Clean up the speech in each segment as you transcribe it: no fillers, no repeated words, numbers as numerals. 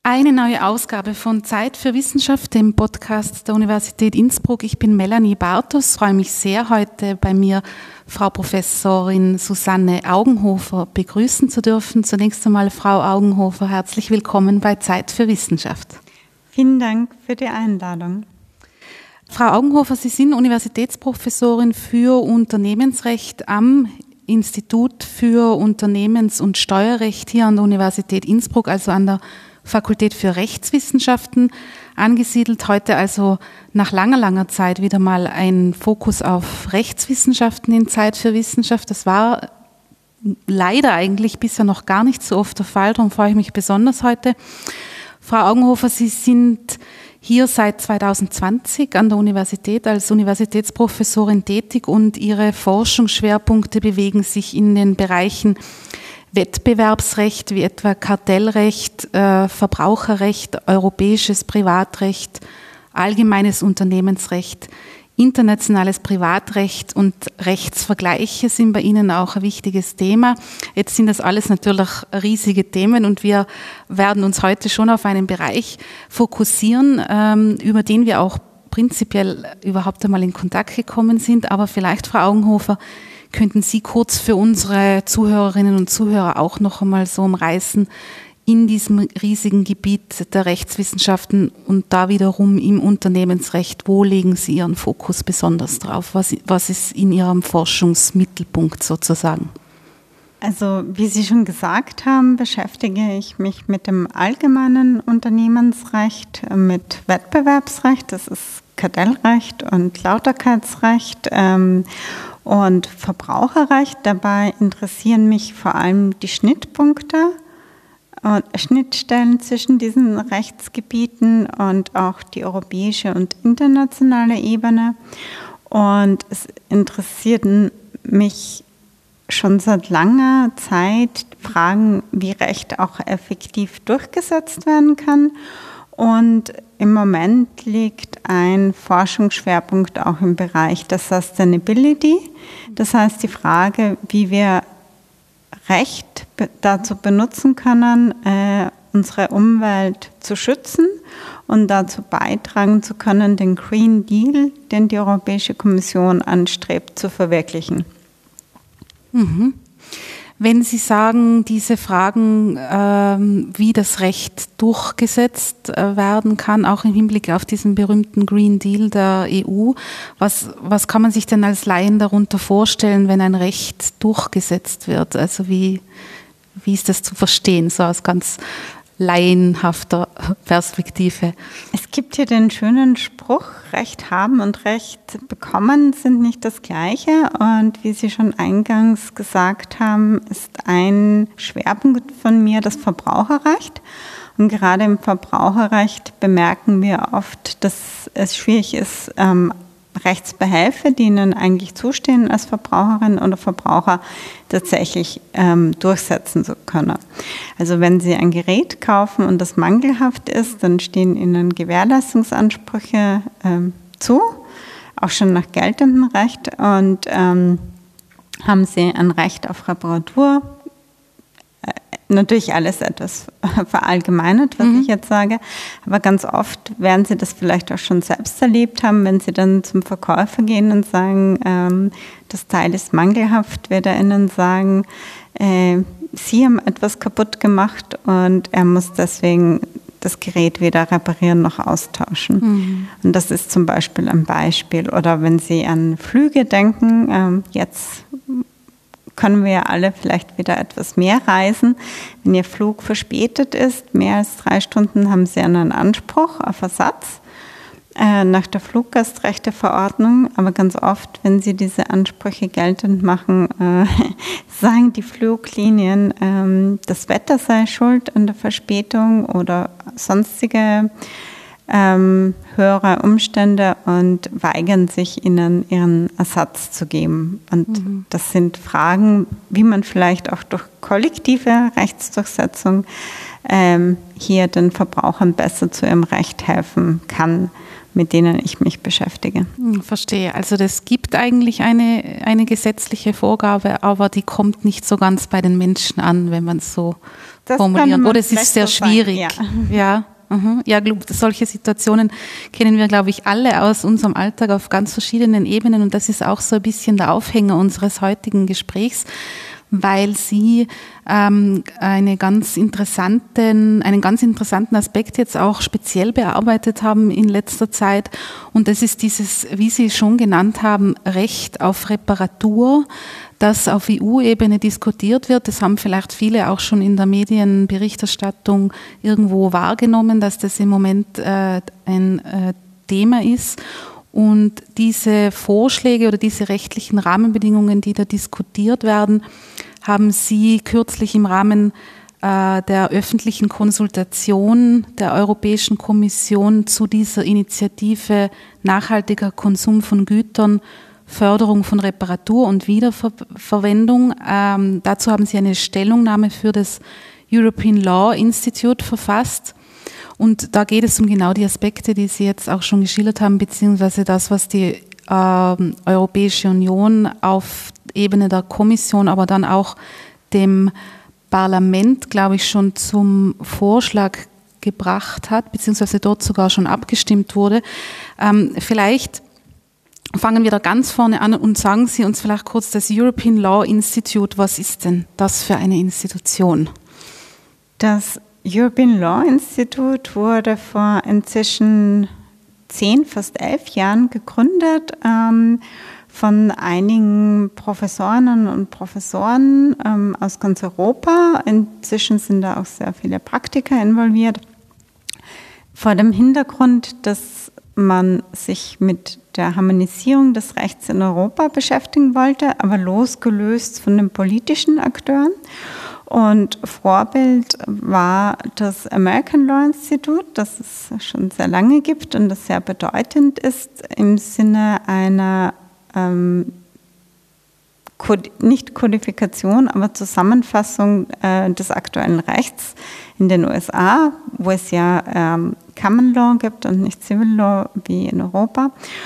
Eine neue Ausgabe von Zeit für Wissenschaft, dem Podcast der Universität Innsbruck. Ich bin Melanie Bartos, freue mich sehr, heute bei mir Frau Professorin Susanne Augenhofer begrüßen zu dürfen. Zunächst einmal, Frau Augenhofer, herzlich willkommen bei Zeit für Wissenschaft. Vielen Dank für die Einladung. Frau Augenhofer, Sie sind Universitätsprofessorin für Unternehmensrecht am Institut für Unternehmens- und Steuerrecht hier an der Universität Innsbruck, also an der Fakultät für Rechtswissenschaften angesiedelt. Heute also nach langer Zeit wieder mal ein Fokus auf Rechtswissenschaften in Zeit für Wissenschaft. Das war leider eigentlich bisher noch gar nicht so oft der Fall, darum freue ich mich besonders heute. Frau Augenhofer, Sie sind hier seit 2020 an der Universität als Universitätsprofessorin tätig und Ihre Forschungsschwerpunkte bewegen sich in den Bereichen Wettbewerbsrecht, wie etwa Kartellrecht, Verbraucherrecht, europäisches Privatrecht, allgemeines Unternehmensrecht, internationales Privatrecht und Rechtsvergleiche sind bei Ihnen auch ein wichtiges Thema. Jetzt sind das alles natürlich riesige Themen und wir werden uns heute schon auf einen Bereich fokussieren, über den wir auch prinzipiell überhaupt einmal in Kontakt gekommen sind. Aber vielleicht, Frau Augenhofer, könnten Sie kurz für unsere Zuhörerinnen und Zuhörer auch noch einmal so umreißen, in diesem riesigen Gebiet der Rechtswissenschaften und da wiederum im Unternehmensrecht, wo legen Sie Ihren Fokus besonders drauf? Was ist in Ihrem Forschungsmittelpunkt sozusagen? Also wie Sie schon gesagt haben, beschäftige ich mich mit dem allgemeinen Unternehmensrecht, mit Wettbewerbsrecht, das ist Kartellrecht und Lauterkeitsrecht und Verbraucherrecht. Dabei interessieren mich vor allem die Schnittpunkte und Schnittstellen zwischen diesen Rechtsgebieten und auch die europäische und internationale Ebene. Und es interessierten mich schon seit langer Zeit Fragen, wie Recht auch effektiv durchgesetzt werden kann. Und im Moment liegt ein Forschungsschwerpunkt auch im Bereich der Sustainability. Das heißt die Frage, wie wir Recht dazu benutzen können, unsere Umwelt zu schützen und dazu beitragen zu können, den Green Deal, den die Europäische Kommission anstrebt, zu verwirklichen. Mhm. Wenn Sie sagen, diese Fragen, wie das Recht durchgesetzt werden kann, auch im Hinblick auf diesen berühmten Green Deal der EU, was kann man sich denn als Laien darunter vorstellen, wenn ein Recht durchgesetzt wird? Also wie ist das zu verstehen, so aus ganz laienhafter Perspektive? Es gibt hier den schönen Spruch, Recht haben und Recht bekommen sind nicht das Gleiche. Und wie Sie schon eingangs gesagt haben, ist ein Schwerpunkt von mir das Verbraucherrecht. Und gerade im Verbraucherrecht bemerken wir oft, dass es schwierig ist, Rechtsbehelfe, die Ihnen eigentlich zustehen als Verbraucherin oder Verbraucher, tatsächlich durchsetzen zu können. Also wenn Sie ein Gerät kaufen und das mangelhaft ist, dann stehen Ihnen Gewährleistungsansprüche zu, auch schon nach geltendem Recht, und haben Sie ein Recht auf Reparatur. Natürlich alles etwas verallgemeinert, was ich jetzt sage, aber ganz oft werden Sie das vielleicht auch schon selbst erlebt haben, wenn Sie dann zum Verkäufer gehen und sagen, das Teil ist mangelhaft, wird er Ihnen sagen, Sie haben etwas kaputt gemacht und er muss deswegen das Gerät weder reparieren noch austauschen. Mhm. Und das ist zum Beispiel ein Beispiel. Oder wenn Sie an Flüge denken, jetzt können wir ja alle vielleicht wieder etwas mehr reisen. Wenn Ihr Flug verspätet ist, mehr als 3 Stunden, haben Sie einen Anspruch auf Ersatz nach der Fluggastrechteverordnung. Aber ganz oft, wenn Sie diese Ansprüche geltend machen, sagen die Fluglinien, das Wetter sei schuld an der Verspätung oder sonstige höhere Umstände und weigern sich, ihnen ihren Ersatz zu geben. Und das sind Fragen, wie man vielleicht auch durch kollektive Rechtsdurchsetzung hier den Verbrauchern besser zu ihrem Recht helfen kann, mit denen ich mich beschäftige. Verstehe. Also das gibt eigentlich eine gesetzliche Vorgabe, aber die kommt nicht so ganz bei den Menschen an, wenn man es so formulieren. Oder es ist sehr schwierig. Ja. Ja, solche Situationen kennen wir, glaube ich, alle aus unserem Alltag auf ganz verschiedenen Ebenen. Und das ist auch so ein bisschen der Aufhänger unseres heutigen Gesprächs, weil Sie einen ganz interessanten Aspekt jetzt auch speziell bearbeitet haben in letzter Zeit. Und das ist dieses, wie Sie schon genannt haben, Recht auf Reparatur, das auf EU-Ebene diskutiert wird. Das haben vielleicht viele auch schon in der Medienberichterstattung irgendwo wahrgenommen, dass das im Moment ein Thema ist. Und diese Vorschläge oder diese rechtlichen Rahmenbedingungen, die da diskutiert werden, haben Sie kürzlich im Rahmen der öffentlichen Konsultation der Europäischen Kommission zu dieser Initiative nachhaltiger Konsum von Gütern, Förderung von Reparatur und Wiederverwendung. Dazu haben Sie eine Stellungnahme für das European Law Institute verfasst. Und da geht es um genau die Aspekte, die Sie jetzt auch schon geschildert haben, beziehungsweise das, was die Europäische Union auf Ebene der Kommission, aber dann auch dem Parlament, glaube ich, schon zum Vorschlag gebracht hat, beziehungsweise dort sogar schon abgestimmt wurde. Vielleicht fangen wir da ganz vorne an und sagen Sie uns vielleicht kurz das European Law Institute. Was ist denn das für eine Institution? Das European Law Institute wurde vor inzwischen 10, fast 11 Jahren gegründet von einigen Professorinnen und Professoren aus ganz Europa. Inzwischen sind da auch sehr viele Praktiker involviert. Vor dem Hintergrund, dass man sich mit der Harmonisierung des Rechts in Europa beschäftigen wollte, aber losgelöst von den politischen Akteuren. Und Vorbild war das American Law Institute, das es schon sehr lange gibt und das sehr bedeutend ist im Sinne einer nicht Kodifikation, aber Zusammenfassung des aktuellen Rechts in den USA, wo es ja Common Law gibt und nicht Civil Law wie in Europa.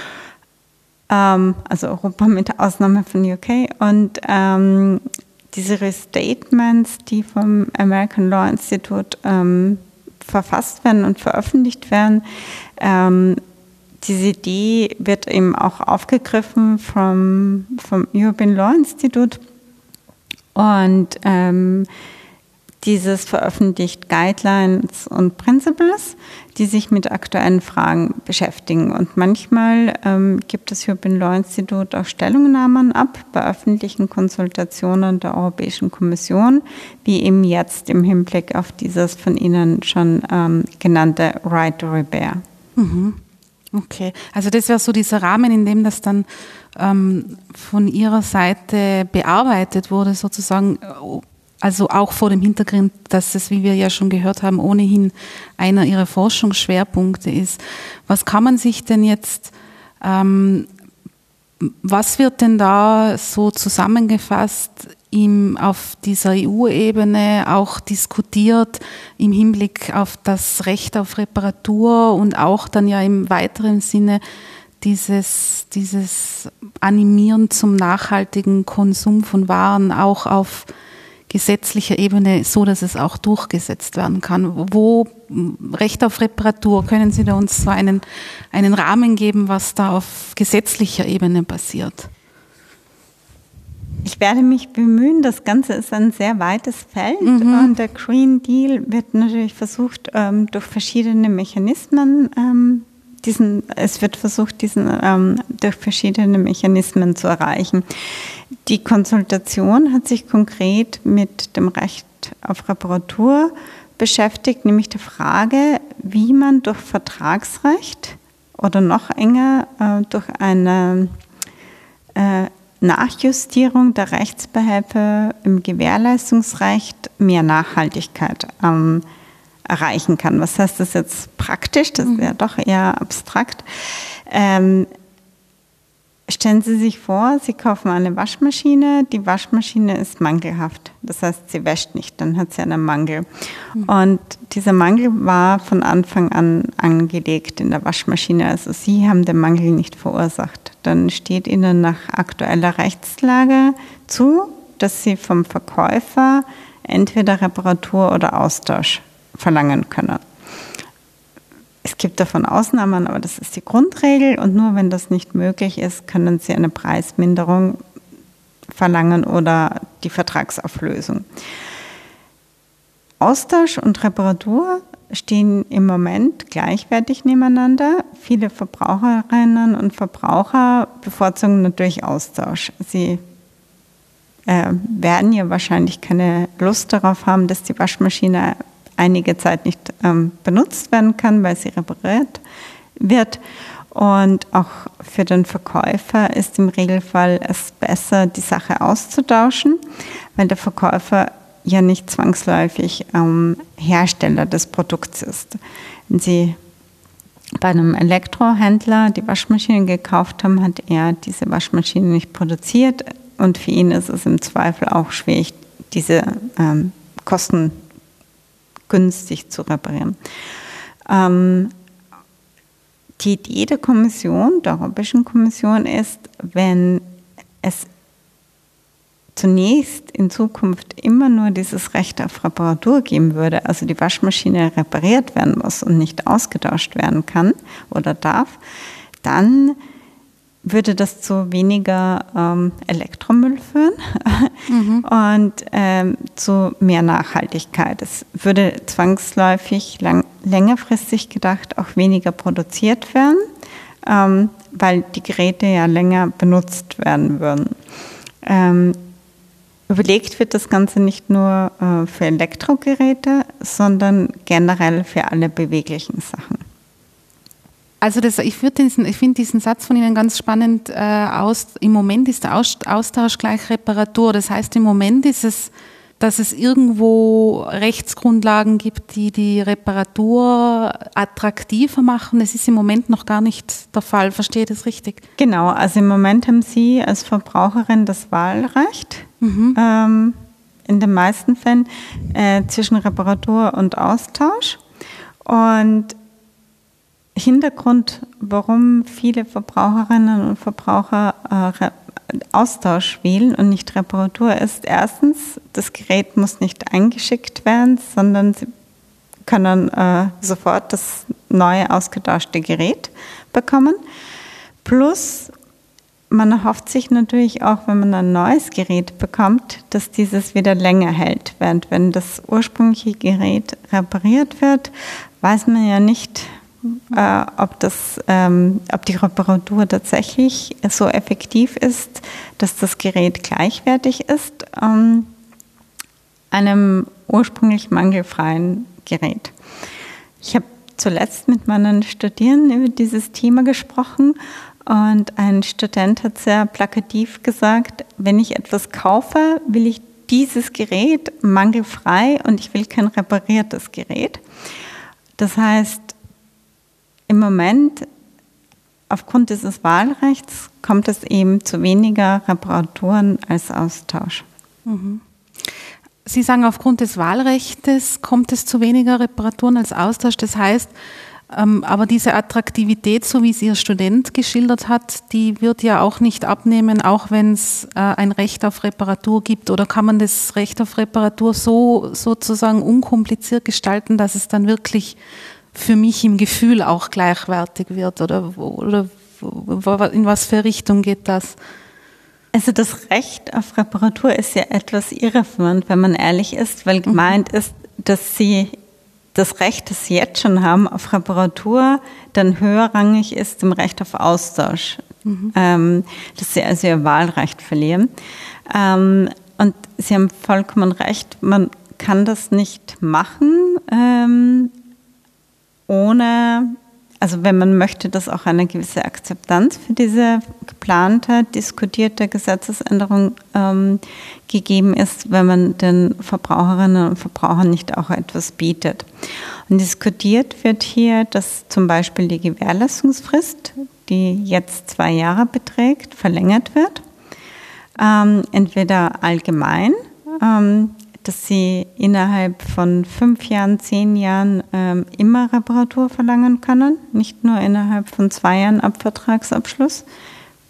Also Europa mit Ausnahme von UK. Und diese Restatements, die vom American Law Institute verfasst werden und veröffentlicht werden, diese Idee wird eben auch aufgegriffen vom European Law Institute und dieses veröffentlicht Guidelines und Principles, die sich mit aktuellen Fragen beschäftigen. Und manchmal gibt das European Law Institute auch Stellungnahmen ab bei öffentlichen Konsultationen der Europäischen Kommission, wie eben jetzt im Hinblick auf dieses von Ihnen schon genannte Right to Repair. Mhm. Okay, also das wäre so dieser Rahmen, in dem das dann von Ihrer Seite bearbeitet wurde, sozusagen, also auch vor dem Hintergrund, dass es, wie wir ja schon gehört haben, ohnehin einer Ihrer Forschungsschwerpunkte ist. Was kann man sich denn jetzt, was wird denn da so zusammengefasst auf dieser EU-Ebene auch diskutiert im Hinblick auf das Recht auf Reparatur und auch dann ja im weiteren Sinne dieses Animieren zum nachhaltigen Konsum von Waren auch auf gesetzlicher Ebene, so dass es auch durchgesetzt werden kann. Wo Recht auf Reparatur, können Sie da uns so einen Rahmen geben, was da auf gesetzlicher Ebene passiert? Ich werde mich bemühen, das Ganze ist ein sehr weites Feld und der Green Deal wird natürlich versucht, durch verschiedene Mechanismen, diesen durch verschiedene Mechanismen zu erreichen. Die Konsultation hat sich konkret mit dem Recht auf Reparatur beschäftigt, nämlich der Frage, wie man durch Vertragsrecht oder noch enger durch eine Nachjustierung der Rechtsbehelfe im Gewährleistungsrecht mehr Nachhaltigkeit erreichen kann. Was heißt das jetzt praktisch? Das ist ja doch eher abstrakt. Stellen Sie sich vor, Sie kaufen eine Waschmaschine, die Waschmaschine ist mangelhaft. Das heißt, sie wäscht nicht, dann hat sie einen Mangel. Und dieser Mangel war von Anfang an angelegt in der Waschmaschine. Also Sie haben den Mangel nicht verursacht. Dann steht Ihnen nach aktueller Rechtslage zu, dass Sie vom Verkäufer entweder Reparatur oder Austausch verlangen können. Es gibt davon Ausnahmen, aber das ist die Grundregel und nur wenn das nicht möglich ist, können Sie eine Preisminderung verlangen oder die Vertragsauflösung. Austausch und Reparatur stehen im Moment gleichwertig nebeneinander. Viele Verbraucherinnen und Verbraucher bevorzugen natürlich Austausch. Sie werden ja wahrscheinlich keine Lust darauf haben, dass die Waschmaschine einige Zeit nicht benutzt werden kann, weil sie repariert wird. Und auch für den Verkäufer ist im Regelfall es besser, die Sache auszutauschen, weil der Verkäufer ja nicht zwangsläufig Hersteller des Produkts ist. Wenn Sie bei einem Elektrohändler die Waschmaschine gekauft haben, hat er diese Waschmaschine nicht produziert und für ihn ist es im Zweifel auch schwierig, diese Kosten günstig zu reparieren. Die Idee der Kommission, der Europäischen Kommission ist, wenn es zunächst in Zukunft immer nur dieses Recht auf Reparatur geben würde, also die Waschmaschine repariert werden muss und nicht ausgetauscht werden kann oder darf, dann würde das zu weniger Elektromüll führen und zu mehr Nachhaltigkeit. Es würde zwangsläufig längerfristig gedacht auch weniger produziert werden, weil die Geräte ja länger benutzt werden würden. Überlegt wird das Ganze nicht nur für Elektrogeräte, sondern generell für alle beweglichen Sachen. Also ich finde diesen Satz von Ihnen ganz spannend. Im Moment ist der Austausch gleich Reparatur. Das heißt, im Moment ist es, dass es irgendwo Rechtsgrundlagen gibt, die die Reparatur attraktiver machen. Das ist im Moment noch gar nicht der Fall. Verstehe ich das richtig? Genau, also im Moment haben Sie als Verbraucherin das Wahlrecht. In den meisten Fällen zwischen Reparatur und Austausch. Und Hintergrund, warum viele Verbraucherinnen und Verbraucher Austausch wählen und nicht Reparatur, ist erstens, das Gerät muss nicht eingeschickt werden, sondern Sie können sofort das neue ausgetauschte Gerät bekommen. Plus, man erhofft sich natürlich auch, wenn man ein neues Gerät bekommt, dass dieses wieder länger hält. Während wenn das ursprüngliche Gerät repariert wird, weiß man ja nicht, ob die Reparatur tatsächlich so effektiv ist, dass das Gerät gleichwertig ist einem ursprünglich mangelfreien Gerät. Ich habe zuletzt mit meinen Studierenden über dieses Thema gesprochen und ein Student hat sehr plakativ gesagt, wenn ich etwas kaufe, will ich dieses Gerät mangelfrei und ich will kein repariertes Gerät. Das heißt, im Moment, aufgrund dieses Wahlrechts, kommt es eben zu weniger Reparaturen als Austausch. Sie sagen, aufgrund des Wahlrechts kommt es zu weniger Reparaturen als Austausch. Das heißt, aber diese Attraktivität, so wie es Ihr Student geschildert hat, die wird ja auch nicht abnehmen, auch wenn es ein Recht auf Reparatur gibt. Oder kann man das Recht auf Reparatur so sozusagen unkompliziert gestalten, dass es dann wirklich für mich im Gefühl auch gleichwertig wird? Oder in was für Richtung geht das? Also das Recht auf Reparatur ist ja etwas irreführend, wenn man ehrlich ist, weil gemeint ist, dass Sie das Recht, das Sie jetzt schon haben, auf Reparatur dann höherrangig ist im Recht auf Austausch. Dass Sie also Ihr Wahlrecht verlieren. Und Sie haben vollkommen recht, man kann das nicht machen, ohne, also wenn man möchte, dass auch eine gewisse Akzeptanz für diese geplante, diskutierte Gesetzesänderung gegeben ist, wenn man den Verbraucherinnen und Verbrauchern nicht auch etwas bietet. Und diskutiert wird hier, dass zum Beispiel die Gewährleistungsfrist, die jetzt 2 Jahre beträgt, verlängert wird. Entweder allgemein, dass Sie innerhalb von 5 Jahren, 10 Jahren immer Reparatur verlangen können, nicht nur innerhalb von 2 Jahren ab Vertragsabschluss,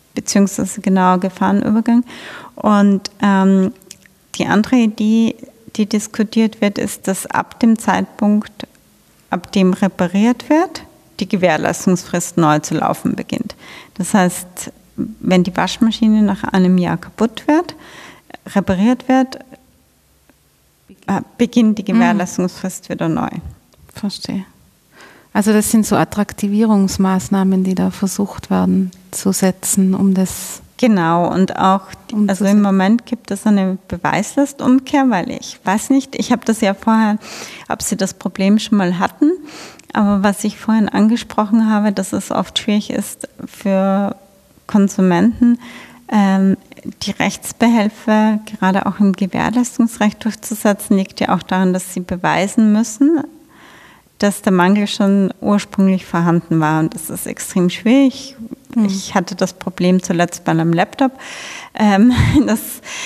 beziehungsweise genauer Gefahrenübergang. Und die andere Idee, die diskutiert wird, ist, dass ab dem Zeitpunkt, ab dem repariert wird, die Gewährleistungsfrist neu zu laufen beginnt. Das heißt, wenn die Waschmaschine nach einem Jahr kaputt wird, repariert wird, beginnt die Gewährleistungsfrist wieder neu. Verstehe. Also das sind so Attraktivierungsmaßnahmen, die da versucht werden zu setzen, um das... Genau, und auch, also im Moment gibt es eine Beweislastumkehr, weil ich weiß nicht, ich habe das ja vorher, ob Sie das Problem schon mal hatten, aber was ich vorhin angesprochen habe, dass es oft schwierig ist für Konsumenten, die Rechtsbehelfe gerade auch im Gewährleistungsrecht durchzusetzen, liegt ja auch daran, dass sie beweisen müssen, dass der Mangel schon ursprünglich vorhanden war. Und das ist extrem schwierig. Ich hatte das Problem zuletzt bei einem Laptop. Das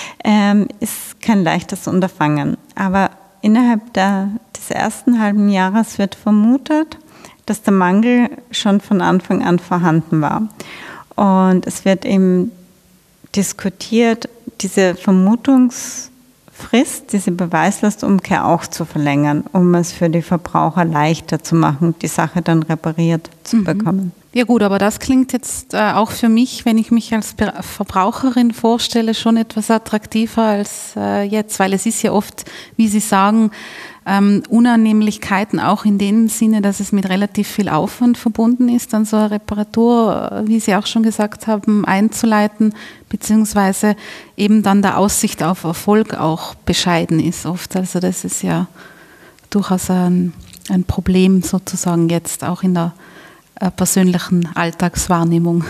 ist kein leichtes Unterfangen. Aber innerhalb des ersten halben Jahres wird vermutet, dass der Mangel schon von Anfang an vorhanden war. Und es wird eben diskutiert, diese Vermutungsfrist, diese Beweislastumkehr auch zu verlängern, um es für die Verbraucher leichter zu machen, die Sache dann repariert zu bekommen. Ja gut, aber das klingt jetzt auch für mich, wenn ich mich als Verbraucherin vorstelle, schon etwas attraktiver als jetzt, weil es ist ja oft, wie Sie sagen, Unannehmlichkeiten auch in dem Sinne, dass es mit relativ viel Aufwand verbunden ist, dann so eine Reparatur, wie Sie auch schon gesagt haben, einzuleiten, beziehungsweise eben dann der Aussicht auf Erfolg auch bescheiden ist oft. Also das ist ja durchaus ein Problem sozusagen jetzt auch in der persönlichen Alltagswahrnehmung.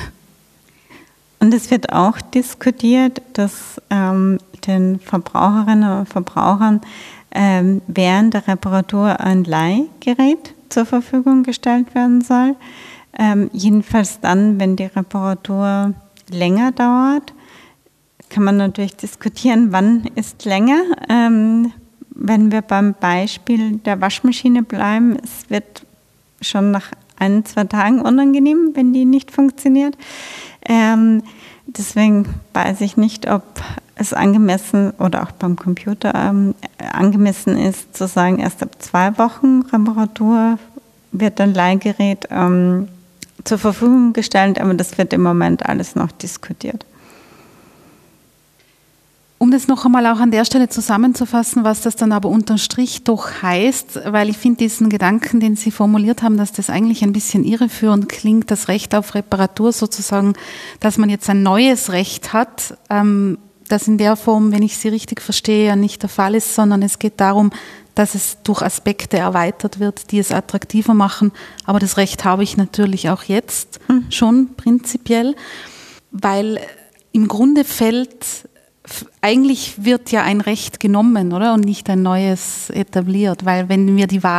Und es wird auch diskutiert, dass den Verbraucherinnen und Verbrauchern während der Reparatur ein Leihgerät zur Verfügung gestellt werden soll. Jedenfalls dann, wenn die Reparatur länger dauert, kann man natürlich diskutieren, wann ist länger. Wenn wir beim Beispiel der Waschmaschine bleiben, es wird schon nach 1-2 Tagen unangenehm, wenn die nicht funktioniert. Deswegen weiß ich nicht, ob es angemessen oder auch beim Computer angemessen ist, zu sagen, erst ab 2 Wochen Reparatur wird ein Leihgerät zur Verfügung gestellt, aber das wird im Moment alles noch diskutiert. Um das noch einmal auch an der Stelle zusammenzufassen, was das dann aber unterm Strich doch heißt, weil ich finde diesen Gedanken, den Sie formuliert haben, dass das eigentlich ein bisschen irreführend klingt, das Recht auf Reparatur sozusagen, dass man jetzt ein neues Recht hat, das in der Form, wenn ich Sie richtig verstehe, ja nicht der Fall ist, sondern es geht darum, dass es durch Aspekte erweitert wird, die es attraktiver machen. Aber das Recht habe ich natürlich auch jetzt schon prinzipiell, weil im Grunde eigentlich wird ja ein Recht genommen, oder? Und nicht ein neues etabliert, weil wenn wir jetzt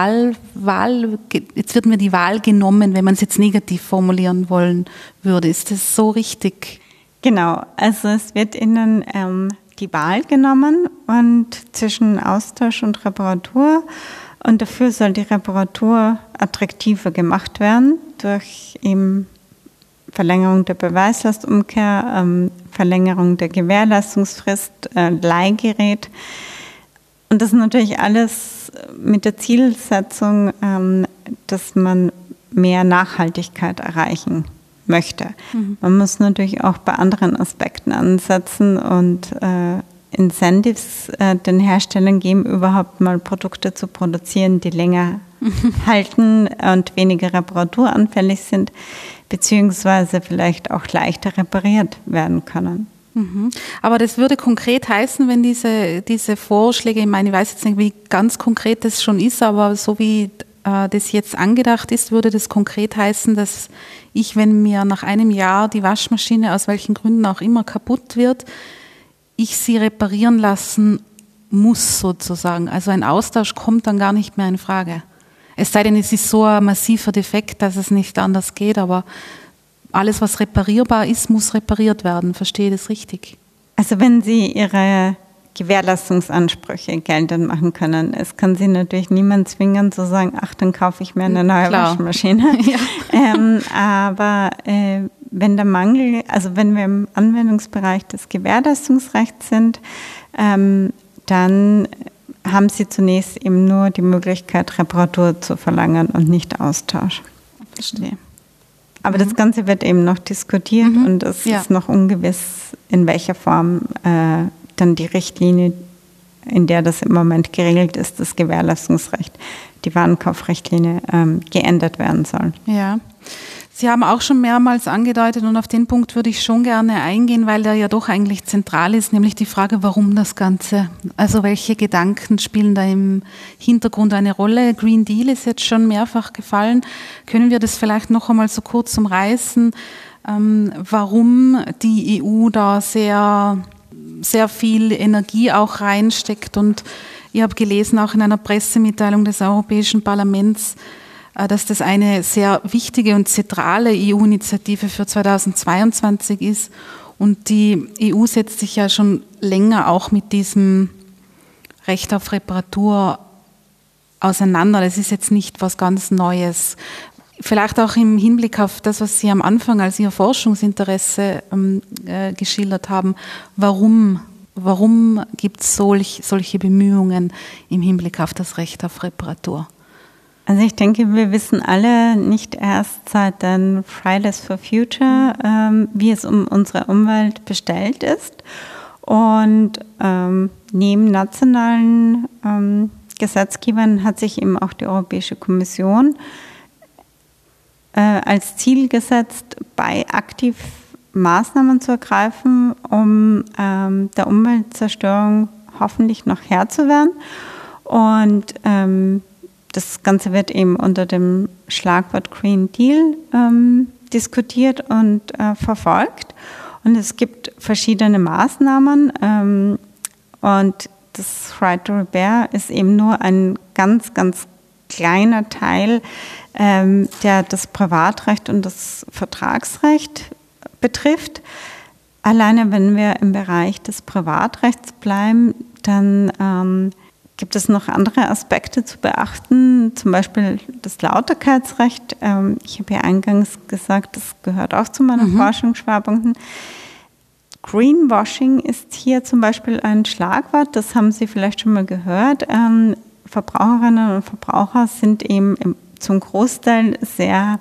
wird mir die Wahl genommen, wenn man es jetzt negativ formulieren wollen würde. Ist das so richtig? Genau, also es wird Ihnen die Wahl genommen und zwischen Austausch und Reparatur, und dafür soll die Reparatur attraktiver gemacht werden durch eben Verlängerung der Beweislastumkehr, Verlängerung der Gewährleistungsfrist, Leihgerät. Und das ist natürlich alles mit der Zielsetzung, dass man mehr Nachhaltigkeit erreichen möchte. Man muss natürlich auch bei anderen Aspekten ansetzen und Incentives den Herstellern geben, überhaupt mal Produkte zu produzieren, die länger halten und weniger reparaturanfällig sind, beziehungsweise vielleicht auch leichter repariert werden können. Aber das würde konkret heißen, wenn diese Vorschläge, ich meine, ich weiß jetzt nicht, wie ganz konkret das schon ist, aber so wie das jetzt angedacht ist, würde das konkret heißen, dass ich, wenn mir nach einem Jahr die Waschmaschine aus welchen Gründen auch immer kaputt wird, ich sie reparieren lassen muss sozusagen. Also ein Austausch kommt dann gar nicht mehr in Frage. Es sei denn, es ist so ein massiver Defekt, dass es nicht anders geht, aber alles, was reparierbar ist, muss repariert werden. Verstehe ich das richtig? Also wenn Sie Ihre Gewährleistungsansprüche geltend machen können, es kann Sie natürlich niemand zwingen zu sagen, ach, dann kaufe ich mir eine neue Waschmaschine. Ja. Aber wenn der Mangel, also wenn wir im Anwendungsbereich des Gewährleistungsrechts sind, dann haben sie zunächst eben nur die Möglichkeit, Reparatur zu verlangen und nicht Austausch. Verstehe. Aber das Ganze wird eben noch diskutiert und es ist noch ungewiss, in welcher Form dann die Richtlinie, in der das im Moment geregelt ist, das Gewährleistungsrecht, die Warenkaufrichtlinie, geändert werden soll. Ja. Sie haben auch schon mehrmals angedeutet und auf den Punkt würde ich schon gerne eingehen, weil der ja doch eigentlich zentral ist, nämlich die Frage, warum das Ganze, also welche Gedanken spielen da im Hintergrund eine Rolle. Green Deal ist jetzt schon mehrfach gefallen. Können wir das vielleicht noch einmal so kurz umreißen, warum die EU da sehr, sehr viel Energie auch reinsteckt? Und ich habe gelesen, auch in einer Pressemitteilung des Europäischen Parlaments, dass das eine sehr wichtige und zentrale EU-Initiative für 2022 ist. Und die EU setzt sich ja schon länger auch mit diesem Recht auf Reparatur auseinander. Das ist jetzt nicht was ganz Neues. Vielleicht auch im Hinblick auf das, was Sie am Anfang als Ihr Forschungsinteresse geschildert haben. Warum gibt es solche Bemühungen im Hinblick auf das Recht auf Reparatur? Also ich denke, wir wissen alle nicht erst seit den Fridays for Future, wie es um unsere Umwelt bestellt ist. Und neben nationalen Gesetzgebern hat sich eben auch die Europäische Kommission als Ziel gesetzt, bei aktiv Maßnahmen zu ergreifen, um der Umweltzerstörung hoffentlich noch Herr zu werden. Und das Ganze wird eben unter dem Schlagwort Green Deal diskutiert und verfolgt. Und es gibt verschiedene Maßnahmen. Und das Right to Repair ist eben nur ein ganz, ganz kleiner Teil, der das Privatrecht und das Vertragsrecht betrifft. Alleine wenn wir im Bereich des Privatrechts bleiben, dann gibt es noch andere Aspekte zu beachten, zum Beispiel das Lauterkeitsrecht. Ich habe ja eingangs gesagt, das gehört auch zu meinen Forschungsschwerpunkten. Greenwashing ist hier zum Beispiel ein Schlagwort, das haben Sie vielleicht schon mal gehört. Verbraucherinnen und Verbraucher sind eben zum Großteil sehr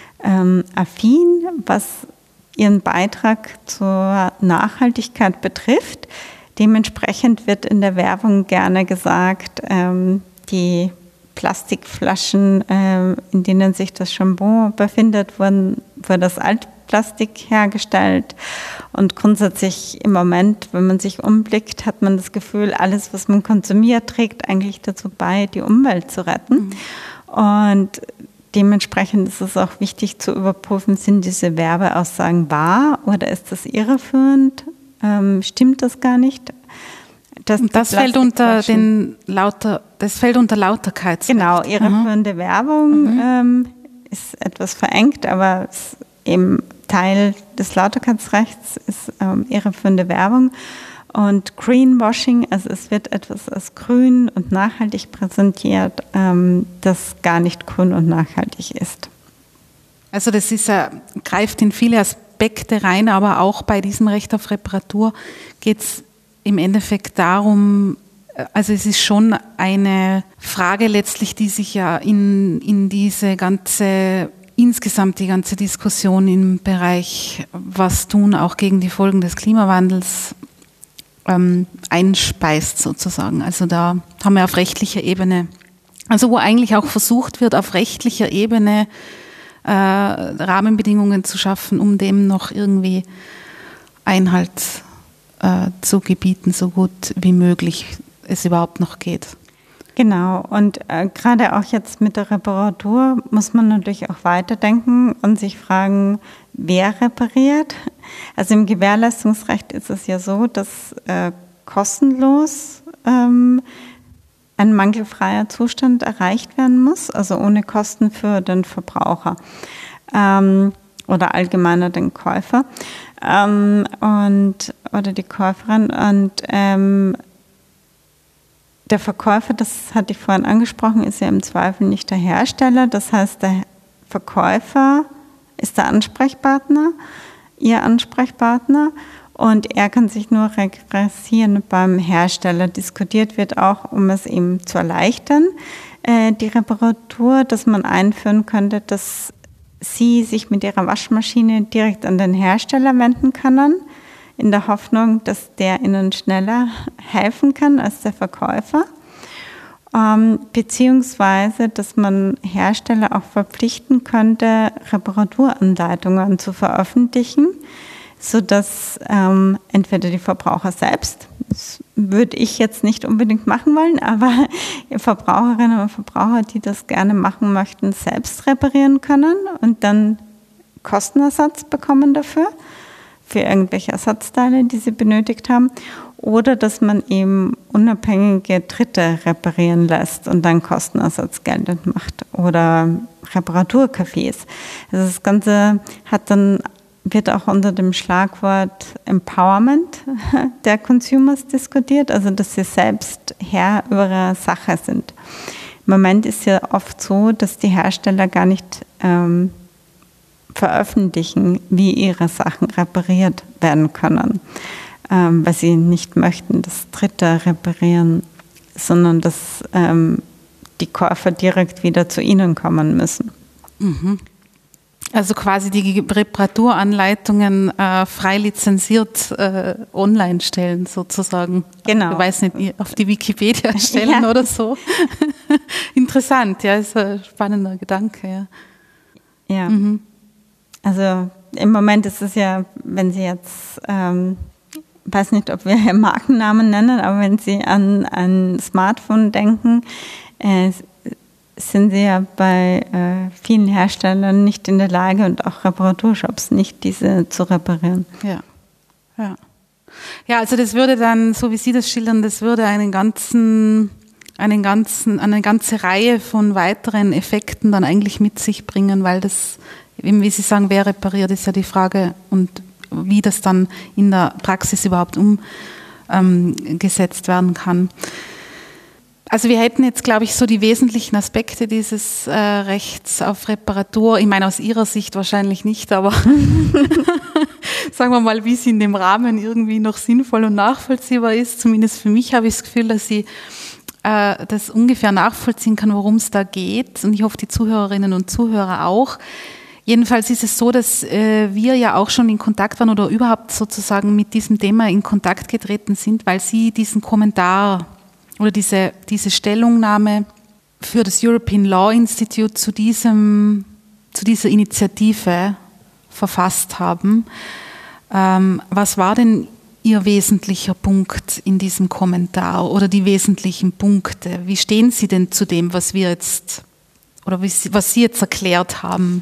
affin, was ihren Beitrag zur Nachhaltigkeit betrifft. Dementsprechend wird in der Werbung gerne gesagt, die Plastikflaschen, in denen sich das Shampoo befindet, wurden für das Altplastik hergestellt. Und grundsätzlich im Moment, wenn man sich umblickt, hat man das Gefühl, alles, was man konsumiert, trägt eigentlich dazu bei, die Umwelt zu retten. Und dementsprechend ist es auch wichtig zu überprüfen, sind diese Werbeaussagen wahr oder ist das irreführend? Stimmt das gar nicht? Das fällt unter Lauterkeitsrecht. Genau, irreführende Werbung ist etwas verengt, aber eben Teil des Lauterkeitsrechts ist irreführende Werbung. Und Greenwashing, also es wird etwas als grün und nachhaltig präsentiert, das gar nicht grün und nachhaltig ist. Also das greift in viele Aspekte rein, aber auch bei diesem Recht auf Reparatur geht es im Endeffekt darum, also es ist schon eine Frage letztlich, die sich ja in diese insgesamt die ganze Diskussion im Bereich was tun, auch gegen die Folgen des Klimawandels einspeist sozusagen. Also da haben wir auf rechtlicher Ebene, also wo eigentlich auch versucht wird, auf rechtlicher Ebene Rahmenbedingungen zu schaffen, um dem noch irgendwie Einhalt zu gebieten, so gut wie möglich es überhaupt noch geht. Genau, und gerade auch jetzt mit der Reparatur muss man natürlich auch weiterdenken und sich fragen, wer repariert. Also im Gewährleistungsrecht ist es ja so, dass kostenlos ein mangelfreier Zustand erreicht werden muss, also ohne Kosten für den Verbraucher oder allgemeiner den Käufer oder die Käuferin. Und der Verkäufer, das hatte ich vorhin angesprochen, ist ja im Zweifel nicht der Hersteller. Das heißt, der Verkäufer ist der Ansprechpartner, Ihr Ansprechpartner. und er kann sich nur regressieren beim Hersteller. Diskutiert wird auch, um es eben zu erleichtern, die Reparatur, dass man einführen könnte, dass Sie sich mit Ihrer Waschmaschine direkt an den Hersteller wenden können, in der Hoffnung, dass der Ihnen schneller helfen kann als der Verkäufer. Beziehungsweise, dass man Hersteller auch verpflichten könnte, Reparaturanleitungen zu veröffentlichen, sodass entweder die Verbraucher selbst, das würde ich jetzt nicht unbedingt machen wollen, aber Verbraucherinnen und Verbraucher, die das gerne machen möchten, selbst reparieren können und dann Kostenersatz bekommen dafür, für irgendwelche Ersatzteile, die sie benötigt haben. Oder dass man eben unabhängige Dritte reparieren lässt und dann Kostenersatz geltend macht. Oder Reparaturcafés. Also das Ganze wird auch unter dem Schlagwort Empowerment der Consumers diskutiert, also dass sie selbst Herr über ihre Sache sind. Im Moment ist ja oft so, dass die Hersteller gar nicht veröffentlichen, wie ihre Sachen repariert werden können. Weil sie nicht möchten, dass Dritte reparieren, sondern dass die Käufer direkt wieder zu ihnen kommen müssen. Mhm. Also quasi die Reparaturanleitungen frei lizenziert online stellen sozusagen. Genau. Ich weiß nicht, auf die Wikipedia stellen oder so. Interessant, ja, ist ein spannender Gedanke. Ja. Ja. Mhm. Also im Moment ist es ja, wenn Sie jetzt weiß nicht, ob wir Markennamen nennen, aber wenn Sie an ein Smartphone denken, sind Sie ja bei vielen Herstellern nicht in der Lage und auch Reparaturshops nicht, diese zu reparieren. Ja, ja. Ja, also das würde dann, so wie Sie das schildern, das würde eine ganze Reihe von weiteren Effekten dann eigentlich mit sich bringen, weil das, eben wie Sie sagen, wer repariert, ist ja die Frage und wie das dann in der Praxis überhaupt umgesetzt werden kann. Also wir hätten jetzt, glaube ich, so die wesentlichen Aspekte dieses Rechts auf Reparatur. Ich meine, aus Ihrer Sicht wahrscheinlich nicht, aber sagen wir mal, wie es in dem Rahmen irgendwie noch sinnvoll und nachvollziehbar ist. Zumindest für mich habe ich das Gefühl, dass ich das ungefähr nachvollziehen kann, worum es da geht. Und ich hoffe, die Zuhörerinnen und Zuhörer auch. Jedenfalls ist es so, dass wir ja auch schon in Kontakt waren oder überhaupt sozusagen mit diesem Thema in Kontakt getreten sind, weil Sie diesen Kommentar oder diese Stellungnahme für das European Law Institute zu dieser Initiative verfasst haben. Was war denn Ihr wesentlicher Punkt in diesem Kommentar oder die wesentlichen Punkte? Wie stehen Sie denn zu dem, was wir jetzt oder was Sie jetzt erklärt haben?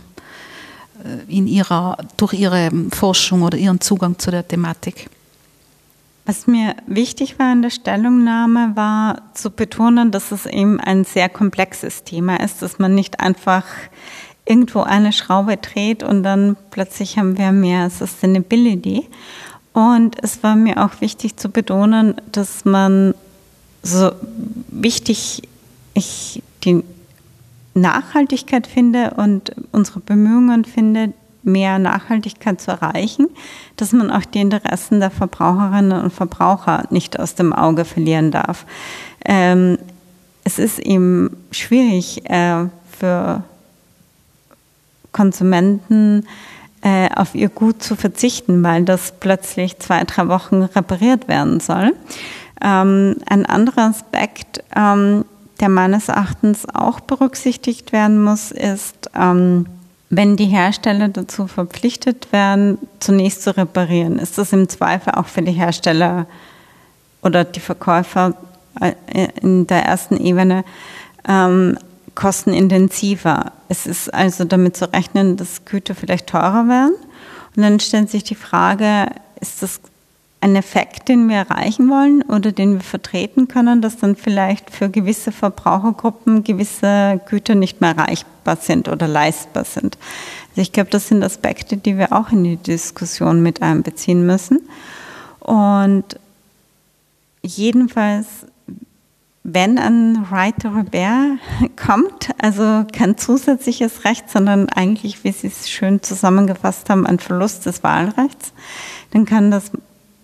Durch Ihre Forschung oder Ihren Zugang zu der Thematik? Was mir wichtig war in der Stellungnahme, war zu betonen, dass es eben ein sehr komplexes Thema ist, dass man nicht einfach irgendwo eine Schraube dreht und dann plötzlich haben wir mehr Sustainability. Und es war mir auch wichtig zu betonen, dass man so wichtig ich die Nachhaltigkeit finde und unsere Bemühungen finde, mehr Nachhaltigkeit zu erreichen, dass man auch die Interessen der Verbraucherinnen und Verbraucher nicht aus dem Auge verlieren darf. Es ist eben schwierig für Konsumenten auf ihr Gut zu verzichten, weil das plötzlich 2-3 Wochen repariert werden soll. Ein anderer Aspekt, der meines Erachtens auch berücksichtigt werden muss, ist, wenn die Hersteller dazu verpflichtet werden, zunächst zu reparieren, ist das im Zweifel auch für die Hersteller oder die Verkäufer in der ersten Ebene kostenintensiver. Es ist also damit zu rechnen, dass Güter vielleicht teurer werden. Und dann stellt sich die Frage, ist das ein Effekt, den wir erreichen wollen oder den wir vertreten können, dass dann vielleicht für gewisse Verbrauchergruppen gewisse Güter nicht mehr erreichbar sind oder leistbar sind. Also ich glaube, das sind Aspekte, die wir auch in die Diskussion mit einbeziehen müssen. Und jedenfalls, wenn ein Right to Repair kommt, also kein zusätzliches Recht, sondern eigentlich, wie Sie es schön zusammengefasst haben, ein Verlust des Wahlrechts, dann kann das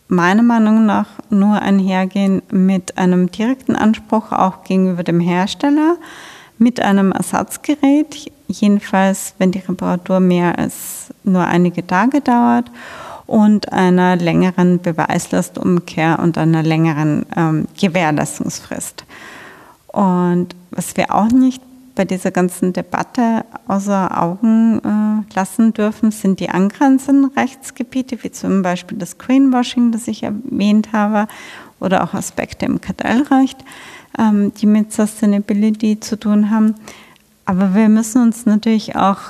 meiner Meinung nach nur einhergehen mit einem direkten Anspruch auch gegenüber dem Hersteller, mit einem Ersatzgerät, jedenfalls wenn die Reparatur mehr als nur einige Tage dauert, und einer längeren Beweislastumkehr und einer längeren Gewährleistungsfrist. Und was wir auch nicht bei dieser ganzen Debatte außer Augen lassen dürfen, sind die angrenzenden Rechtsgebiete, wie zum Beispiel das Greenwashing, das ich erwähnt habe, oder auch Aspekte im Kartellrecht, die mit Sustainability zu tun haben. Aber wir müssen uns natürlich auch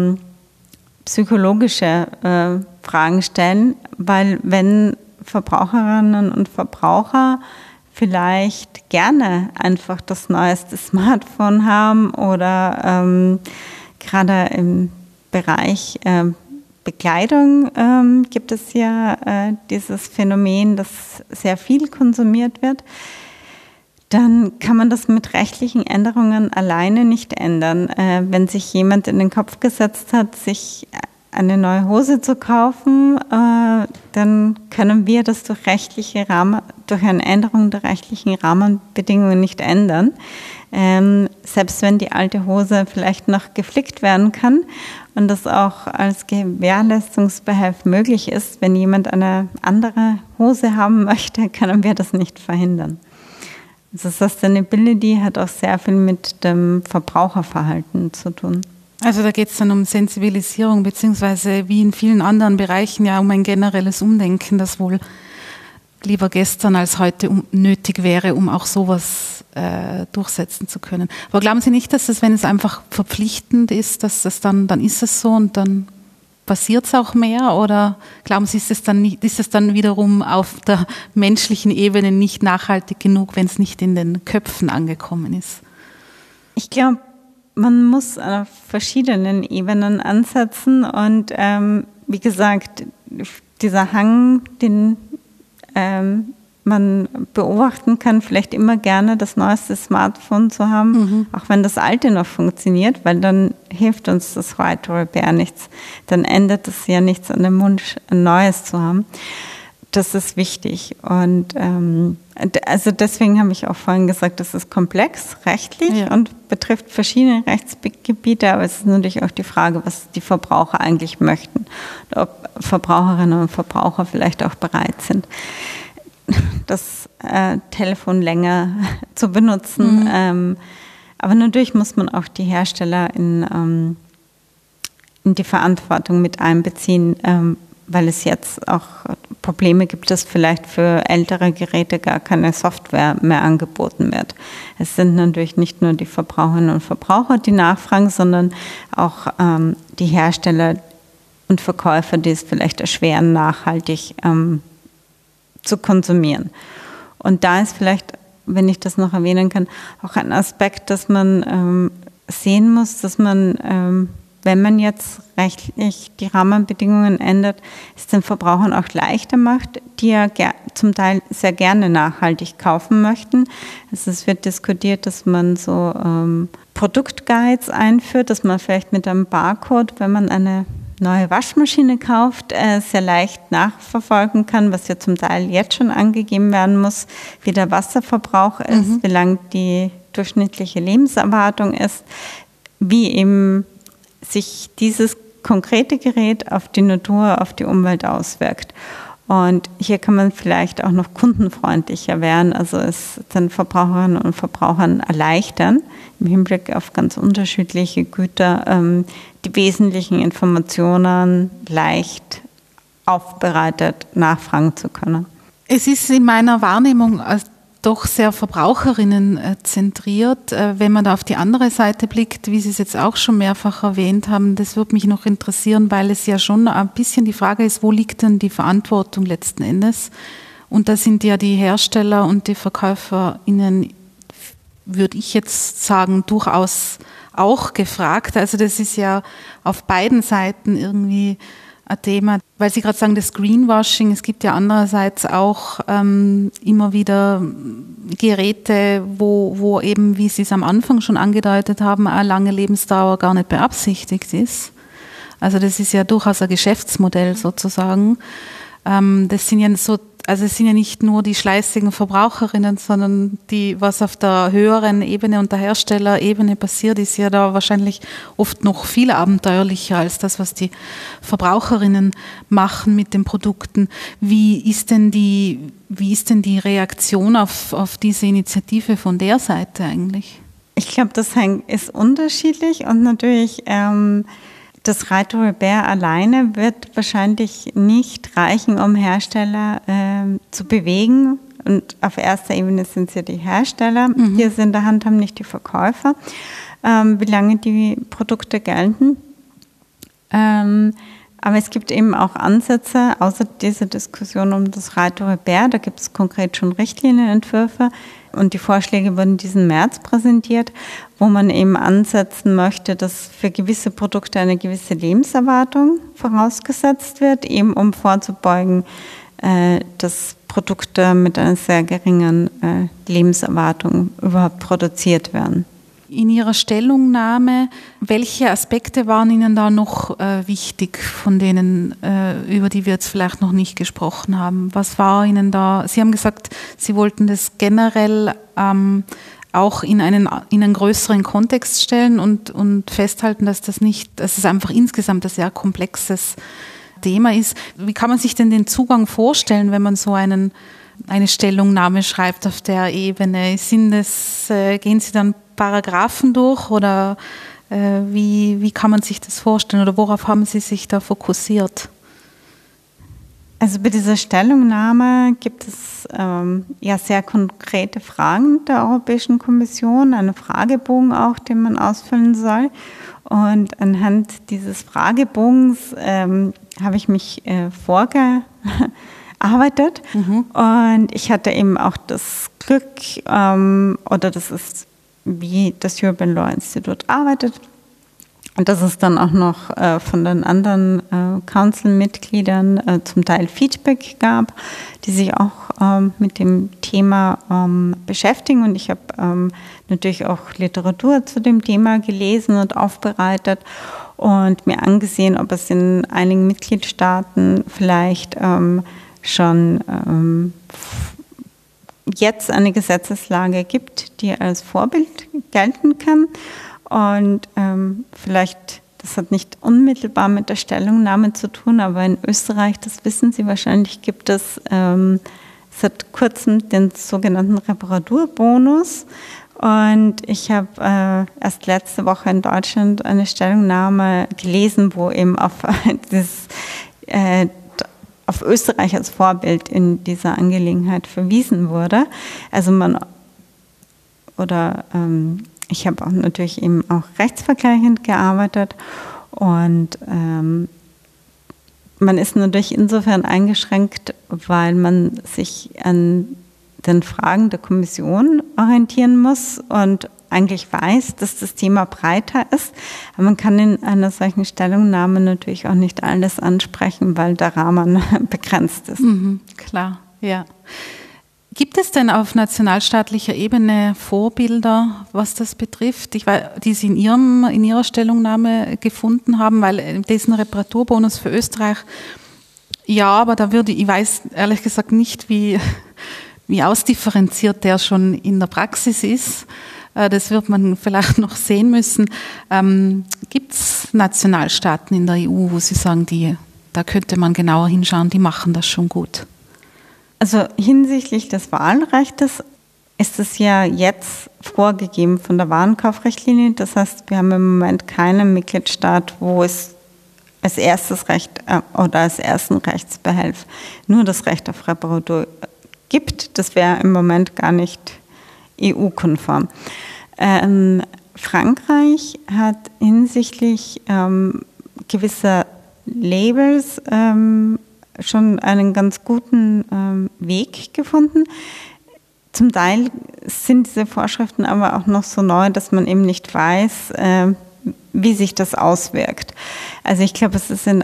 psychologische Fragen stellen, weil wenn Verbraucherinnen und Verbraucher vielleicht gerne einfach das neueste Smartphone haben oder gerade im Bereich Bekleidung gibt es ja dieses Phänomen, dass sehr viel konsumiert wird, dann kann man das mit rechtlichen Änderungen alleine nicht ändern. Wenn sich jemand in den Kopf gesetzt hat, sich eine neue Hose zu kaufen, dann können wir das durch eine Änderung der rechtlichen Rahmenbedingungen nicht ändern. Selbst wenn die alte Hose vielleicht noch geflickt werden kann und das auch als Gewährleistungsbehelf möglich ist, wenn jemand eine andere Hose haben möchte, können wir das nicht verhindern. Also Sustainability hat auch sehr viel mit dem Verbraucherverhalten zu tun. Also da geht es dann um Sensibilisierung, beziehungsweise wie in vielen anderen Bereichen ja um ein generelles Umdenken, das wohl lieber gestern als heute nötig wäre, um auch sowas durchsetzen zu können. Aber glauben Sie nicht, dass es, wenn es einfach verpflichtend ist, dass das dann ist es so und dann passiert es auch mehr? Oder glauben Sie, ist es dann wiederum auf der menschlichen Ebene nicht nachhaltig genug, wenn es nicht in den Köpfen angekommen ist? Ich glaube, man muss auf verschiedenen Ebenen ansetzen und wie gesagt, dieser Hang, den man beobachten kann, vielleicht immer gerne das neueste Smartphone zu haben, auch wenn das alte noch funktioniert, weil dann hilft uns das Right to Repair nichts. Dann ändert es ja nichts an dem Wunsch, ein neues zu haben. Das ist wichtig. Und also deswegen habe ich auch vorhin gesagt, das ist komplex rechtlich und betrifft verschiedene Rechtsgebiete, aber es ist natürlich auch die Frage, was die Verbraucher eigentlich möchten. Ob Verbraucherinnen und Verbraucher vielleicht auch bereit sind, das Telefon länger zu benutzen. Aber natürlich muss man auch die Hersteller in die Verantwortung mit einbeziehen, weil es jetzt auch Probleme gibt, dass vielleicht für ältere Geräte gar keine Software mehr angeboten wird. Es sind natürlich nicht nur die Verbraucherinnen und Verbraucher, die nachfragen, sondern auch die Hersteller und Verkäufer, die es vielleicht erschweren, nachhaltig zu konsumieren. Und da ist vielleicht, wenn ich das noch erwähnen kann, auch ein Aspekt, dass man sehen muss, dass man, wenn man jetzt rechtlich die Rahmenbedingungen ändert, es den Verbrauchern auch leichter macht, die ja zum Teil sehr gerne nachhaltig kaufen möchten. Also es wird diskutiert, dass man so Produktguides einführt, dass man vielleicht mit einem Barcode, wenn man eine neue Waschmaschine kauft, sehr leicht nachverfolgen kann, was ja zum Teil jetzt schon angegeben werden muss, wie der Wasserverbrauch ist, wie lang die durchschnittliche Lebenserwartung ist, wie eben sich dieses konkrete Gerät auf die Natur, auf die Umwelt auswirkt. Und hier kann man vielleicht auch noch kundenfreundlicher werden, also es den Verbraucherinnen und Verbrauchern erleichtern, im Hinblick auf ganz unterschiedliche Güter, die wesentlichen Informationen leicht aufbereitet nachfragen zu können. Es ist in meiner Wahrnehmung doch sehr verbraucherinnenzentriert. Wenn man da auf die andere Seite blickt, wie Sie es jetzt auch schon mehrfach erwähnt haben, das würde mich noch interessieren, weil es ja schon ein bisschen die Frage ist, wo liegt denn die Verantwortung letzten Endes? Und da sind ja die Hersteller und die VerkäuferInnen, würde ich jetzt sagen, durchaus auch gefragt. Also das ist ja auf beiden Seiten irgendwie ein Thema, weil Sie gerade sagen, das Greenwashing, es gibt ja andererseits auch immer wieder Geräte, wo eben, wie Sie es am Anfang schon angedeutet haben, eine lange Lebensdauer gar nicht beabsichtigt ist. Also das ist ja durchaus ein Geschäftsmodell sozusagen. Das sind ja so also es sind ja nicht nur die schleißigen Verbraucherinnen, sondern was auf der höheren Ebene und der Herstellerebene passiert, ist ja da wahrscheinlich oft noch viel abenteuerlicher als das, was die Verbraucherinnen machen mit den Produkten. Wie ist denn die Reaktion auf diese Initiative von der Seite eigentlich? Ich glaube, das ist unterschiedlich und natürlich das Right to Repair alleine wird wahrscheinlich nicht reichen, um Hersteller zu bewegen. Und auf erster Ebene sind es ja die Hersteller, die es in der Hand haben, nicht die Verkäufer, wie lange die Produkte gelten. Aber es gibt eben auch Ansätze, außer dieser Diskussion um das Right to Repair, da gibt es konkret schon Richtlinienentwürfe und die Vorschläge wurden diesen März präsentiert, wo man eben ansetzen möchte, dass für gewisse Produkte eine gewisse Lebenserwartung vorausgesetzt wird, eben um vorzubeugen, dass Produkte mit einer sehr geringen Lebenserwartung überhaupt produziert werden. In Ihrer Stellungnahme, welche Aspekte waren Ihnen da noch wichtig, von denen, über die wir jetzt vielleicht noch nicht gesprochen haben? Was war Ihnen da? Sie haben gesagt, Sie wollten das generell auch in einen größeren Kontext stellen und festhalten, dass es einfach insgesamt ein sehr komplexes Thema ist. Wie kann man sich denn den Zugang vorstellen, wenn man so eine Stellungnahme schreibt auf der Ebene? Gehen Sie dann Paragraphen durch oder wie kann man sich das vorstellen oder worauf haben Sie sich da fokussiert? Also bei dieser Stellungnahme gibt es ja sehr konkrete Fragen der Europäischen Kommission, einen Fragebogen auch, den man ausfüllen soll. Und anhand dieses Fragebogens habe ich mich vorgearbeitet. Und ich hatte eben auch das Glück, oder das ist, wie das European Law Institute arbeitet, und dass es dann auch noch von den anderen Council-Mitgliedern zum Teil Feedback gab, die sich auch mit dem Thema beschäftigen. Und ich habe natürlich auch Literatur zu dem Thema gelesen und aufbereitet und mir angesehen, ob es in einigen Mitgliedstaaten vielleicht schon jetzt eine Gesetzeslage gibt, die als Vorbild gelten kann. Und vielleicht, das hat nicht unmittelbar mit der Stellungnahme zu tun, aber in Österreich, das wissen Sie wahrscheinlich, gibt es seit kurzem den sogenannten Reparaturbonus. Und ich habe erst letzte Woche in Deutschland eine Stellungnahme gelesen, wo eben auf Österreich als Vorbild in dieser Angelegenheit verwiesen wurde. Also ich habe auch natürlich eben auch rechtsvergleichend gearbeitet und man ist natürlich insofern eingeschränkt, weil man sich an den Fragen der Kommission orientieren muss und eigentlich weiß, dass das Thema breiter ist. Aber man kann in einer solchen Stellungnahme natürlich auch nicht alles ansprechen, weil der Rahmen begrenzt ist. Klar, ja. Gibt es denn auf nationalstaatlicher Ebene Vorbilder, was das betrifft, die Sie in Ihrer Stellungnahme gefunden haben? Weil diesen Reparaturbonus für Österreich, ja, aber ich weiß ehrlich gesagt nicht, wie ausdifferenziert der schon in der Praxis ist. Das wird man vielleicht noch sehen müssen. Gibt es Nationalstaaten in der EU, wo Sie sagen, da könnte man genauer hinschauen, die machen das schon gut? Also hinsichtlich des Wahlrechts ist es ja jetzt vorgegeben von der Warenkaufrichtlinie. Das heißt, wir haben im Moment keinen Mitgliedstaat, wo es als erstes Recht oder als ersten Rechtsbehelf nur das Recht auf Reparatur gibt. Das wäre im Moment gar nicht EU-konform. Frankreich hat hinsichtlich gewisser Labels schon einen ganz guten Weg gefunden. Zum Teil sind diese Vorschriften aber auch noch so neu, dass man eben nicht weiß, wie sich das auswirkt. Also ich glaube,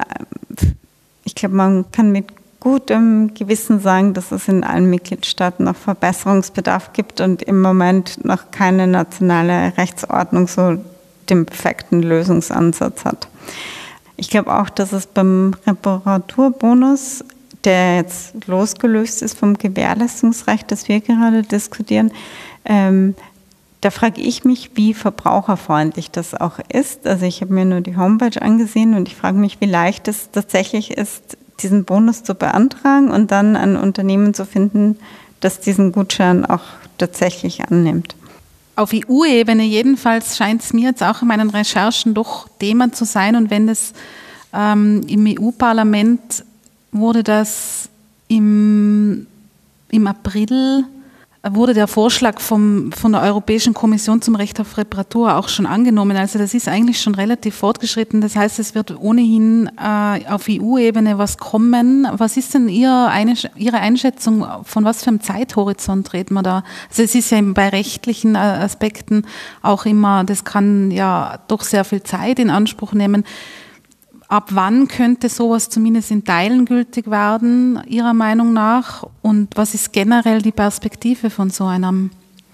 man kann mit gutem Gewissen sagen, dass es in allen Mitgliedstaaten noch Verbesserungsbedarf gibt und im Moment noch keine nationale Rechtsordnung so den perfekten Lösungsansatz hat. Ich glaube auch, dass es beim Reparaturbonus der jetzt losgelöst ist vom Gewährleistungsrecht, das wir gerade diskutieren, da frage ich mich, wie verbraucherfreundlich das auch ist. Also ich habe mir nur die Homepage angesehen und ich frage mich, wie leicht es tatsächlich ist, diesen Bonus zu beantragen und dann ein Unternehmen zu finden, das diesen Gutschein auch tatsächlich annimmt. Auf EU-Ebene jedenfalls scheint es mir jetzt auch in meinen Recherchen doch Thema zu sein. Und wenn das im EU-Parlament wurde das im April, wurde der Vorschlag von der Europäischen Kommission zum Recht auf Reparatur auch schon angenommen. Also das ist eigentlich schon relativ fortgeschritten. Das heißt, es wird ohnehin auf EU-Ebene was kommen. Was ist denn Ihre Einschätzung, von was für einem Zeithorizont reden wir da? Also es ist ja bei rechtlichen Aspekten auch immer, das kann ja doch sehr viel Zeit in Anspruch nehmen. Ab wann könnte sowas zumindest in Teilen gültig werden, Ihrer Meinung nach? Und was ist generell die Perspektive von so einer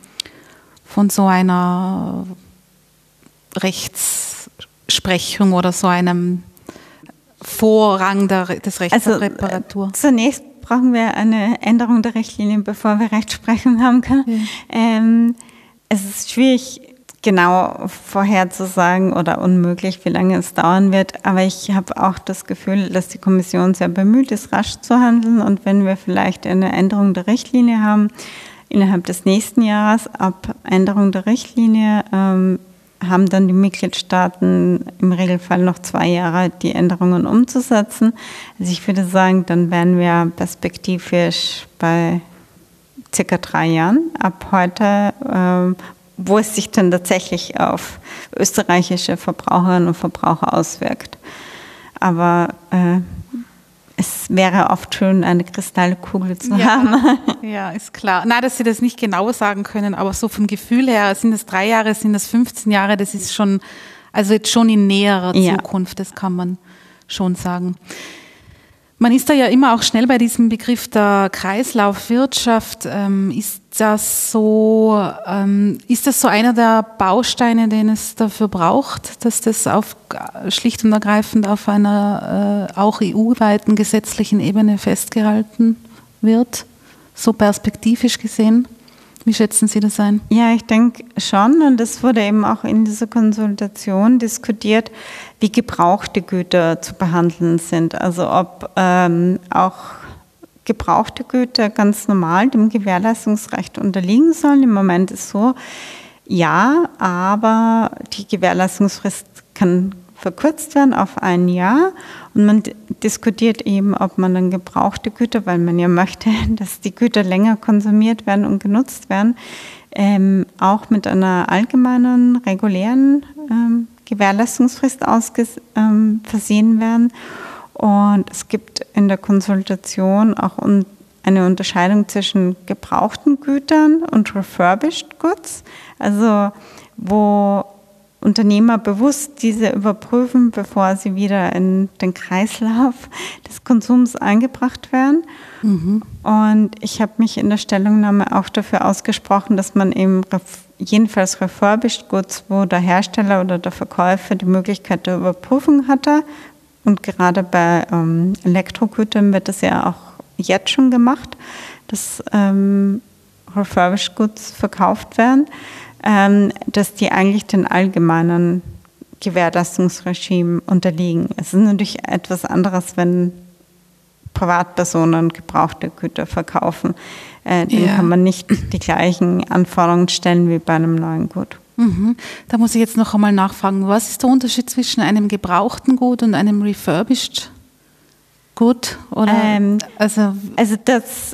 Rechtsprechung oder so einem Vorrang des Rechts auf Reparatur? Zunächst brauchen wir eine Änderung der Richtlinien, bevor wir Rechtsprechung haben können. Ja. Es ist schwierig, genau vorherzusagen oder unmöglich, wie lange es dauern wird. Aber ich habe auch das Gefühl, dass die Kommission sehr bemüht ist, rasch zu handeln. Und wenn wir vielleicht eine Änderung der Richtlinie haben, innerhalb des nächsten Jahres, ab Änderung der Richtlinie, haben dann die Mitgliedstaaten im Regelfall noch 2 Jahre, die Änderungen umzusetzen. Also ich würde sagen, dann wären wir perspektivisch bei circa 3 Jahren ab heute, wo es sich dann tatsächlich auf österreichische Verbraucherinnen und Verbraucher auswirkt. Aber es wäre oft schön, eine Kristallkugel zu haben. Ja, ist klar. Nein, dass Sie das nicht genau sagen können, aber so vom Gefühl her, sind es 3 Jahre, sind es 15 Jahre, das ist schon, also jetzt schon in näherer Zukunft, das kann man schon sagen. Man ist da ja immer auch schnell bei diesem Begriff der Kreislaufwirtschaft. Ist das so einer der Bausteine, den es dafür braucht, dass das schlicht und ergreifend auf einer auch EU-weiten gesetzlichen Ebene festgehalten wird, so perspektivisch gesehen? Wie schätzen Sie das ein? Ja, ich denke schon, und das wurde eben auch in dieser Konsultation diskutiert, wie gebrauchte Güter zu behandeln sind. Also ob auch gebrauchte Güter ganz normal dem Gewährleistungsrecht unterliegen sollen. Im Moment ist so, ja, aber die Gewährleistungsfrist kann verkürzt werden auf 1 Jahr und man diskutiert eben, ob man dann gebrauchte Güter, weil man ja möchte, dass die Güter länger konsumiert werden und genutzt werden, auch mit einer allgemeinen, regulären Gewährleistungsfrist versehen werden. Und es gibt in der Konsultation auch eine Unterscheidung zwischen gebrauchten Gütern und refurbished goods, also wo Unternehmer bewusst diese überprüfen, bevor sie wieder in den Kreislauf des Konsums eingebracht werden. Mhm. Und ich habe mich in der Stellungnahme auch dafür ausgesprochen, dass man eben jedenfalls refurbished goods, wo der Hersteller oder der Verkäufer die Möglichkeit der Überprüfung hatte. Und gerade bei Elektrogütern wird das ja auch jetzt schon gemacht, dass refurbished goods verkauft werden, dass die eigentlich den allgemeinen Gewährleistungsregime unterliegen. Es ist natürlich etwas anderes, wenn Privatpersonen gebrauchte Güter verkaufen. Dann kann man nicht die gleichen Anforderungen stellen wie bei einem neuen Gut. Mhm. Da muss ich jetzt noch einmal nachfragen, was ist der Unterschied zwischen einem gebrauchten Gut und einem refurbished Gut? Oder, also das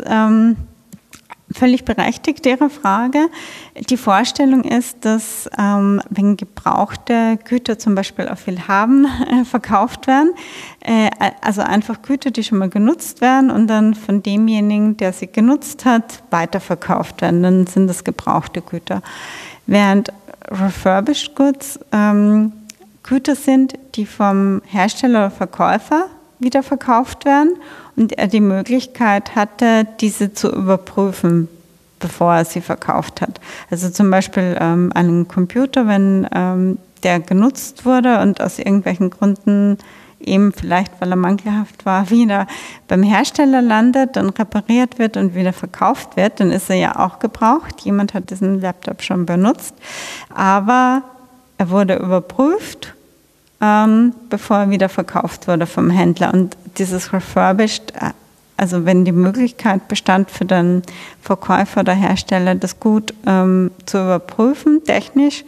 völlig berechtigt, Ihre Frage. Die Vorstellung ist, dass wenn gebrauchte Güter zum Beispiel auf Willhaben verkauft werden, also einfach Güter, die schon mal genutzt werden und dann von demjenigen, der sie genutzt hat, weiterverkauft werden, dann sind das gebrauchte Güter. Während refurbished goods Güter sind, die vom Hersteller oder Verkäufer wieder verkauft werden und er die Möglichkeit hatte, diese zu überprüfen, bevor er sie verkauft hat. Also zum Beispiel einen Computer, wenn der genutzt wurde und aus irgendwelchen Gründen eben vielleicht, weil er mangelhaft war, wieder beim Hersteller landet, dann repariert wird und wieder verkauft wird, dann ist er ja auch gebraucht. Jemand hat diesen Laptop schon benutzt, aber er wurde überprüft, bevor er wieder verkauft wurde vom Händler. Und dieses Refurbished, also wenn die Möglichkeit bestand für den Verkäufer oder Hersteller, das gut zu überprüfen, technisch,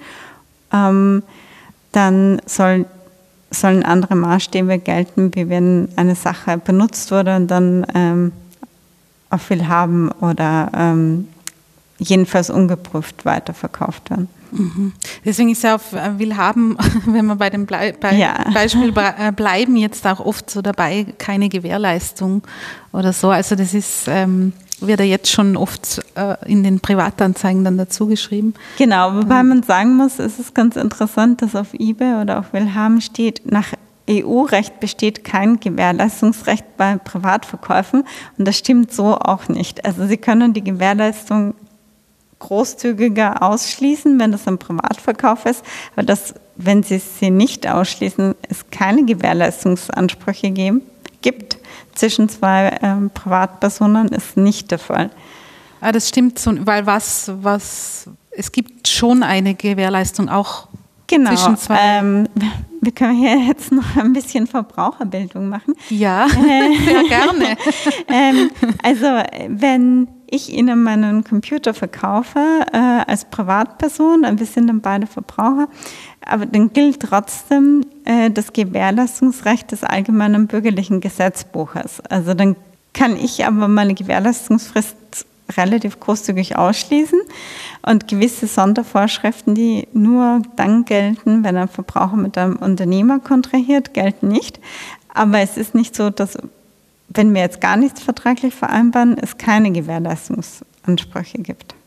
dann sollen andere Maßstäbe gelten, wie wenn eine Sache benutzt wurde und dann auf Willhaben oder jedenfalls ungeprüft weiterverkauft werden. Mhm. Deswegen ist ja auf Willhaben, wenn wir bei dem Beispiel bleiben, jetzt auch oft so dabei, keine Gewährleistung oder so. Also das ist, wird ja jetzt schon oft in den Privatanzeigen dann dazu geschrieben. Genau, wobei man sagen muss, es ist ganz interessant, dass auf eBay oder auf Willhaben steht, nach EU-Recht besteht kein Gewährleistungsrecht bei Privatverkäufen und das stimmt so auch nicht. Also Sie können die Gewährleistung großzügiger ausschließen, wenn das ein Privatverkauf ist, aber wenn Sie sie nicht ausschließen, es keine Gewährleistungsansprüche gibt zwischen zwei Privatpersonen, ist nicht der Fall. Ah, das stimmt, weil es gibt schon eine Gewährleistung auch zwischen zwei. Wir können hier jetzt noch ein bisschen Verbraucherbildung machen. Ja, sehr gerne. Also wenn ich Ihnen meinen Computer verkaufe als Privatperson, wir sind dann beide Verbraucher, aber dann gilt trotzdem das Gewährleistungsrecht des Allgemeinen Bürgerlichen Gesetzbuches. Also dann kann ich aber meine Gewährleistungsfrist relativ großzügig ausschließen und gewisse Sondervorschriften, die nur dann gelten, wenn ein Verbraucher mit einem Unternehmer kontrahiert, gelten nicht. Aber es ist nicht so, dass, wenn wir jetzt gar nichts vertraglich vereinbaren, es keine Gewährleistungsansprüche gibt.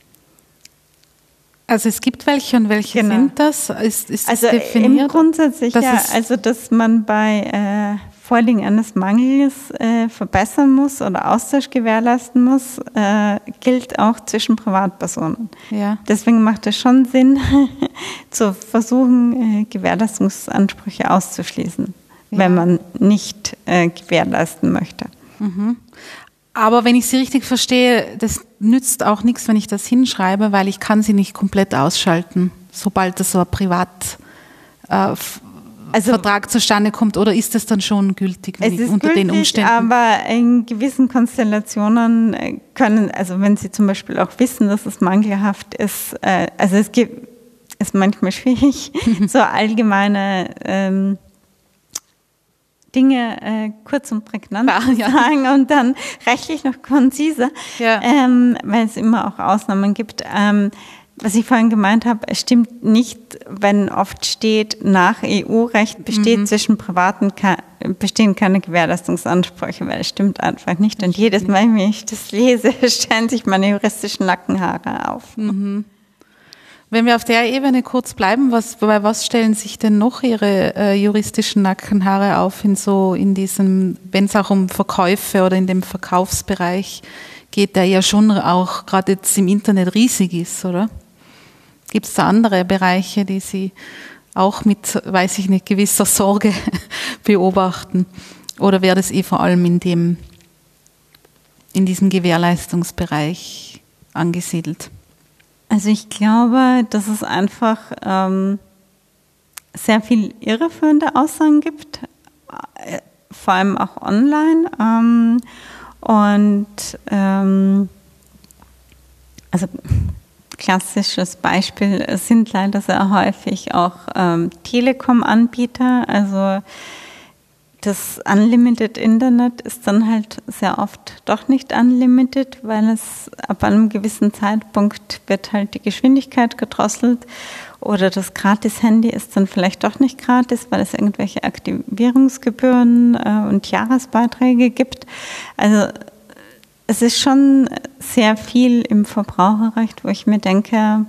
Also es gibt welche und welche sind das? Ist also definiert? Im Grundsatz ja, also dass man bei Vorliegen eines Mangels verbessern muss oder Austausch gewährleisten muss, gilt auch zwischen Privatpersonen. Ja. Deswegen macht es schon Sinn, zu versuchen, Gewährleistungsansprüche auszuschließen, wenn man nicht gewährleisten möchte. Mhm. Aber wenn ich Sie richtig verstehe, das nützt auch nichts, wenn ich das hinschreibe, weil ich kann sie nicht komplett ausschalten, sobald das so ein Vertrag zustande kommt, oder ist das dann schon gültig unter den Umständen? Aber in gewissen Konstellationen können, also wenn Sie zum Beispiel auch wissen, dass es mangelhaft ist, also es ist manchmal schwierig, so allgemeine Dinge kurz und prägnant zu sagen und dann rechtlich noch konziser, weil es immer auch Ausnahmen gibt. Was ich vorhin gemeint habe, es stimmt nicht, wenn oft steht, nach EU-Recht besteht zwischen Privaten bestehen keine Gewährleistungsansprüche, weil es stimmt einfach nicht. Und jedes Mal, wenn ich das lese, stellen sich meine juristischen Nackenhaare auf. Mhm. Wenn wir auf der Ebene kurz bleiben, bei was stellen sich denn noch Ihre juristischen Nackenhaare auf in diesem, wenn es auch um Verkäufe oder in dem Verkaufsbereich geht, der ja schon auch gerade jetzt im Internet riesig ist, oder? Gibt es da andere Bereiche, die Sie auch mit, weiß ich nicht, gewisser Sorge beobachten? Oder wäre das vor allem in diesem Gewährleistungsbereich angesiedelt? Also ich glaube, dass es einfach sehr viel irreführende Aussagen gibt, vor allem auch online. Also klassisches Beispiel sind leider sehr häufig auch Telekom-Anbieter. Also das Unlimited Internet ist dann halt sehr oft doch nicht unlimited, weil es ab einem gewissen Zeitpunkt wird halt die Geschwindigkeit gedrosselt, oder das Gratis-Handy ist dann vielleicht doch nicht gratis, weil es irgendwelche Aktivierungsgebühren und Jahresbeiträge gibt. Also es ist schon sehr viel im Verbraucherrecht, wo ich mir denke,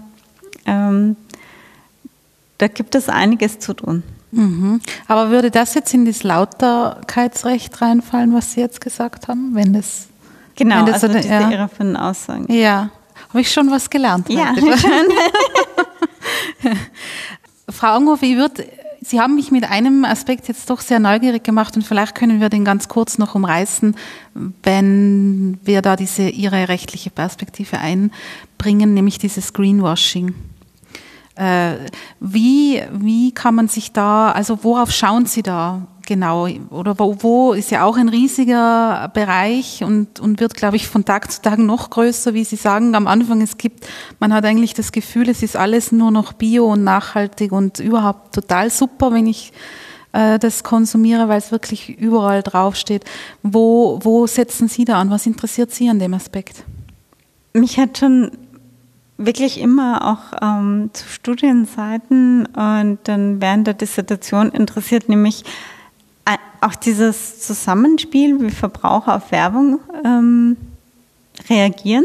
da gibt es einiges zu tun. Mhm. Aber würde das jetzt in das Lauterkeitsrecht reinfallen, was Sie jetzt gesagt haben? Genau, also diese irreführenden Aussagen. Ja, habe ich schon was gelernt. Ja, Frau Augenhofer, ich würde Sie haben mich mit einem Aspekt jetzt doch sehr neugierig gemacht und vielleicht können wir den ganz kurz noch umreißen, wenn wir da Ihre rechtliche Perspektive einbringen, nämlich dieses Greenwashing. Wie kann man sich da, also worauf schauen Sie da genau? Oder wo ist ja auch ein riesiger Bereich und wird, glaube ich, von Tag zu Tag noch größer, wie Sie sagen. Am Anfang, man hat eigentlich das Gefühl, es ist alles nur noch bio und nachhaltig und überhaupt total super, wenn ich das konsumiere, weil es wirklich überall draufsteht. Wo setzen Sie da an? Was interessiert Sie an dem Aspekt? Mich hat schon wirklich immer auch zu Studienzeiten und dann während der Dissertation interessiert, nämlich auch dieses Zusammenspiel, wie Verbraucher auf Werbung reagieren.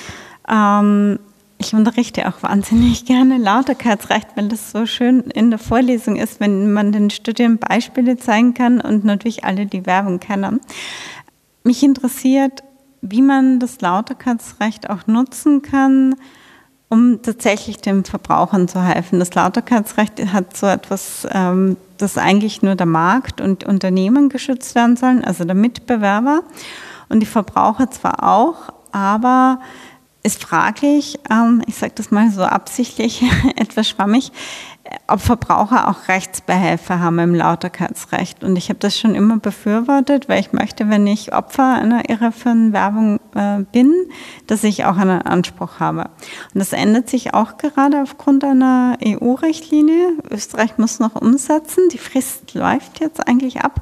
Ich unterrichte auch wahnsinnig gerne Lauterkeitsrecht, weil das so schön in der Vorlesung ist, wenn man den Studierenden Beispiele zeigen kann und natürlich alle die Werbung kennen. Mich interessiert, wie man das Lauterkeitsrecht auch nutzen kann, um tatsächlich den Verbrauchern zu helfen. Das Lauterkeitsrecht hat so etwas, dass eigentlich nur der Markt und Unternehmen geschützt werden sollen, also der Mitbewerber und die Verbraucher zwar auch, aber ist fraglich, ich sage das mal so absichtlich, etwas schwammig, ob Verbraucher auch Rechtsbehelfe haben im Lauterkeitsrecht. Und ich habe das schon immer befürwortet, weil ich möchte, wenn ich Opfer einer irreführenden Werbung bin, dass ich auch einen Anspruch habe. Und das ändert sich auch gerade aufgrund einer EU-Richtlinie. Österreich muss noch umsetzen. Die Frist läuft jetzt eigentlich ab.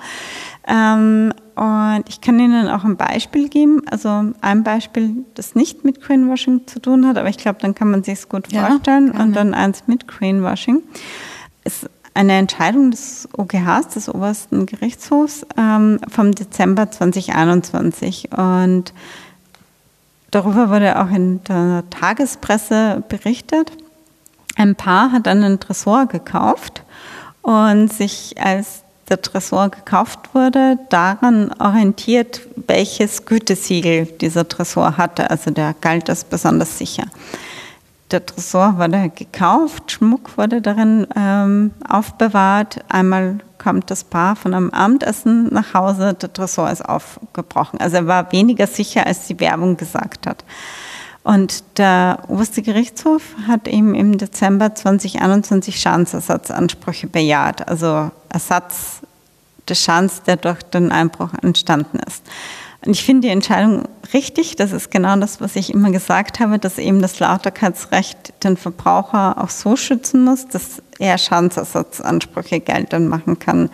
Und ich kann Ihnen auch ein Beispiel geben, also ein Beispiel, das nicht mit Greenwashing zu tun hat, aber ich glaube, dann kann man sich es gut vorstellen. Gerne. Und dann eins mit Greenwashing. Ist eine Entscheidung des OGHs, des Obersten Gerichtshofs, vom Dezember 2021. Und darüber wurde auch in der Tagespresse berichtet. Ein Paar hat einen Tresor gekauft und sich, als der Tresor gekauft wurde, daran orientiert, welches Gütesiegel dieser Tresor hatte. Also der galt als besonders sicher. Der Tresor wurde gekauft, Schmuck wurde darin aufbewahrt. Einmal kommt das Paar von einem Abendessen nach Hause, der Tresor ist aufgebrochen. Also er war weniger sicher, als die Werbung gesagt hat. Und der Oberste Gerichtshof hat eben im Dezember 2021 Schadensersatzansprüche bejaht, also Ersatz des Schadens, der durch den Einbruch entstanden ist. Und ich finde die Entscheidung richtig, das ist genau das, was ich immer gesagt habe, dass eben das Lauterkeitsrecht den Verbraucher auch so schützen muss, dass er Schadensersatzansprüche geltend machen kann,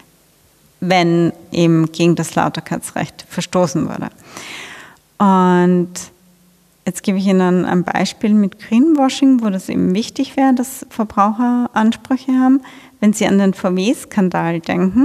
wenn eben gegen das Lauterkeitsrecht verstoßen wurde. Und jetzt gebe ich Ihnen ein Beispiel mit Greenwashing, wo das eben wichtig wäre, dass Verbraucher Ansprüche haben. Wenn Sie an den VW-Skandal denken,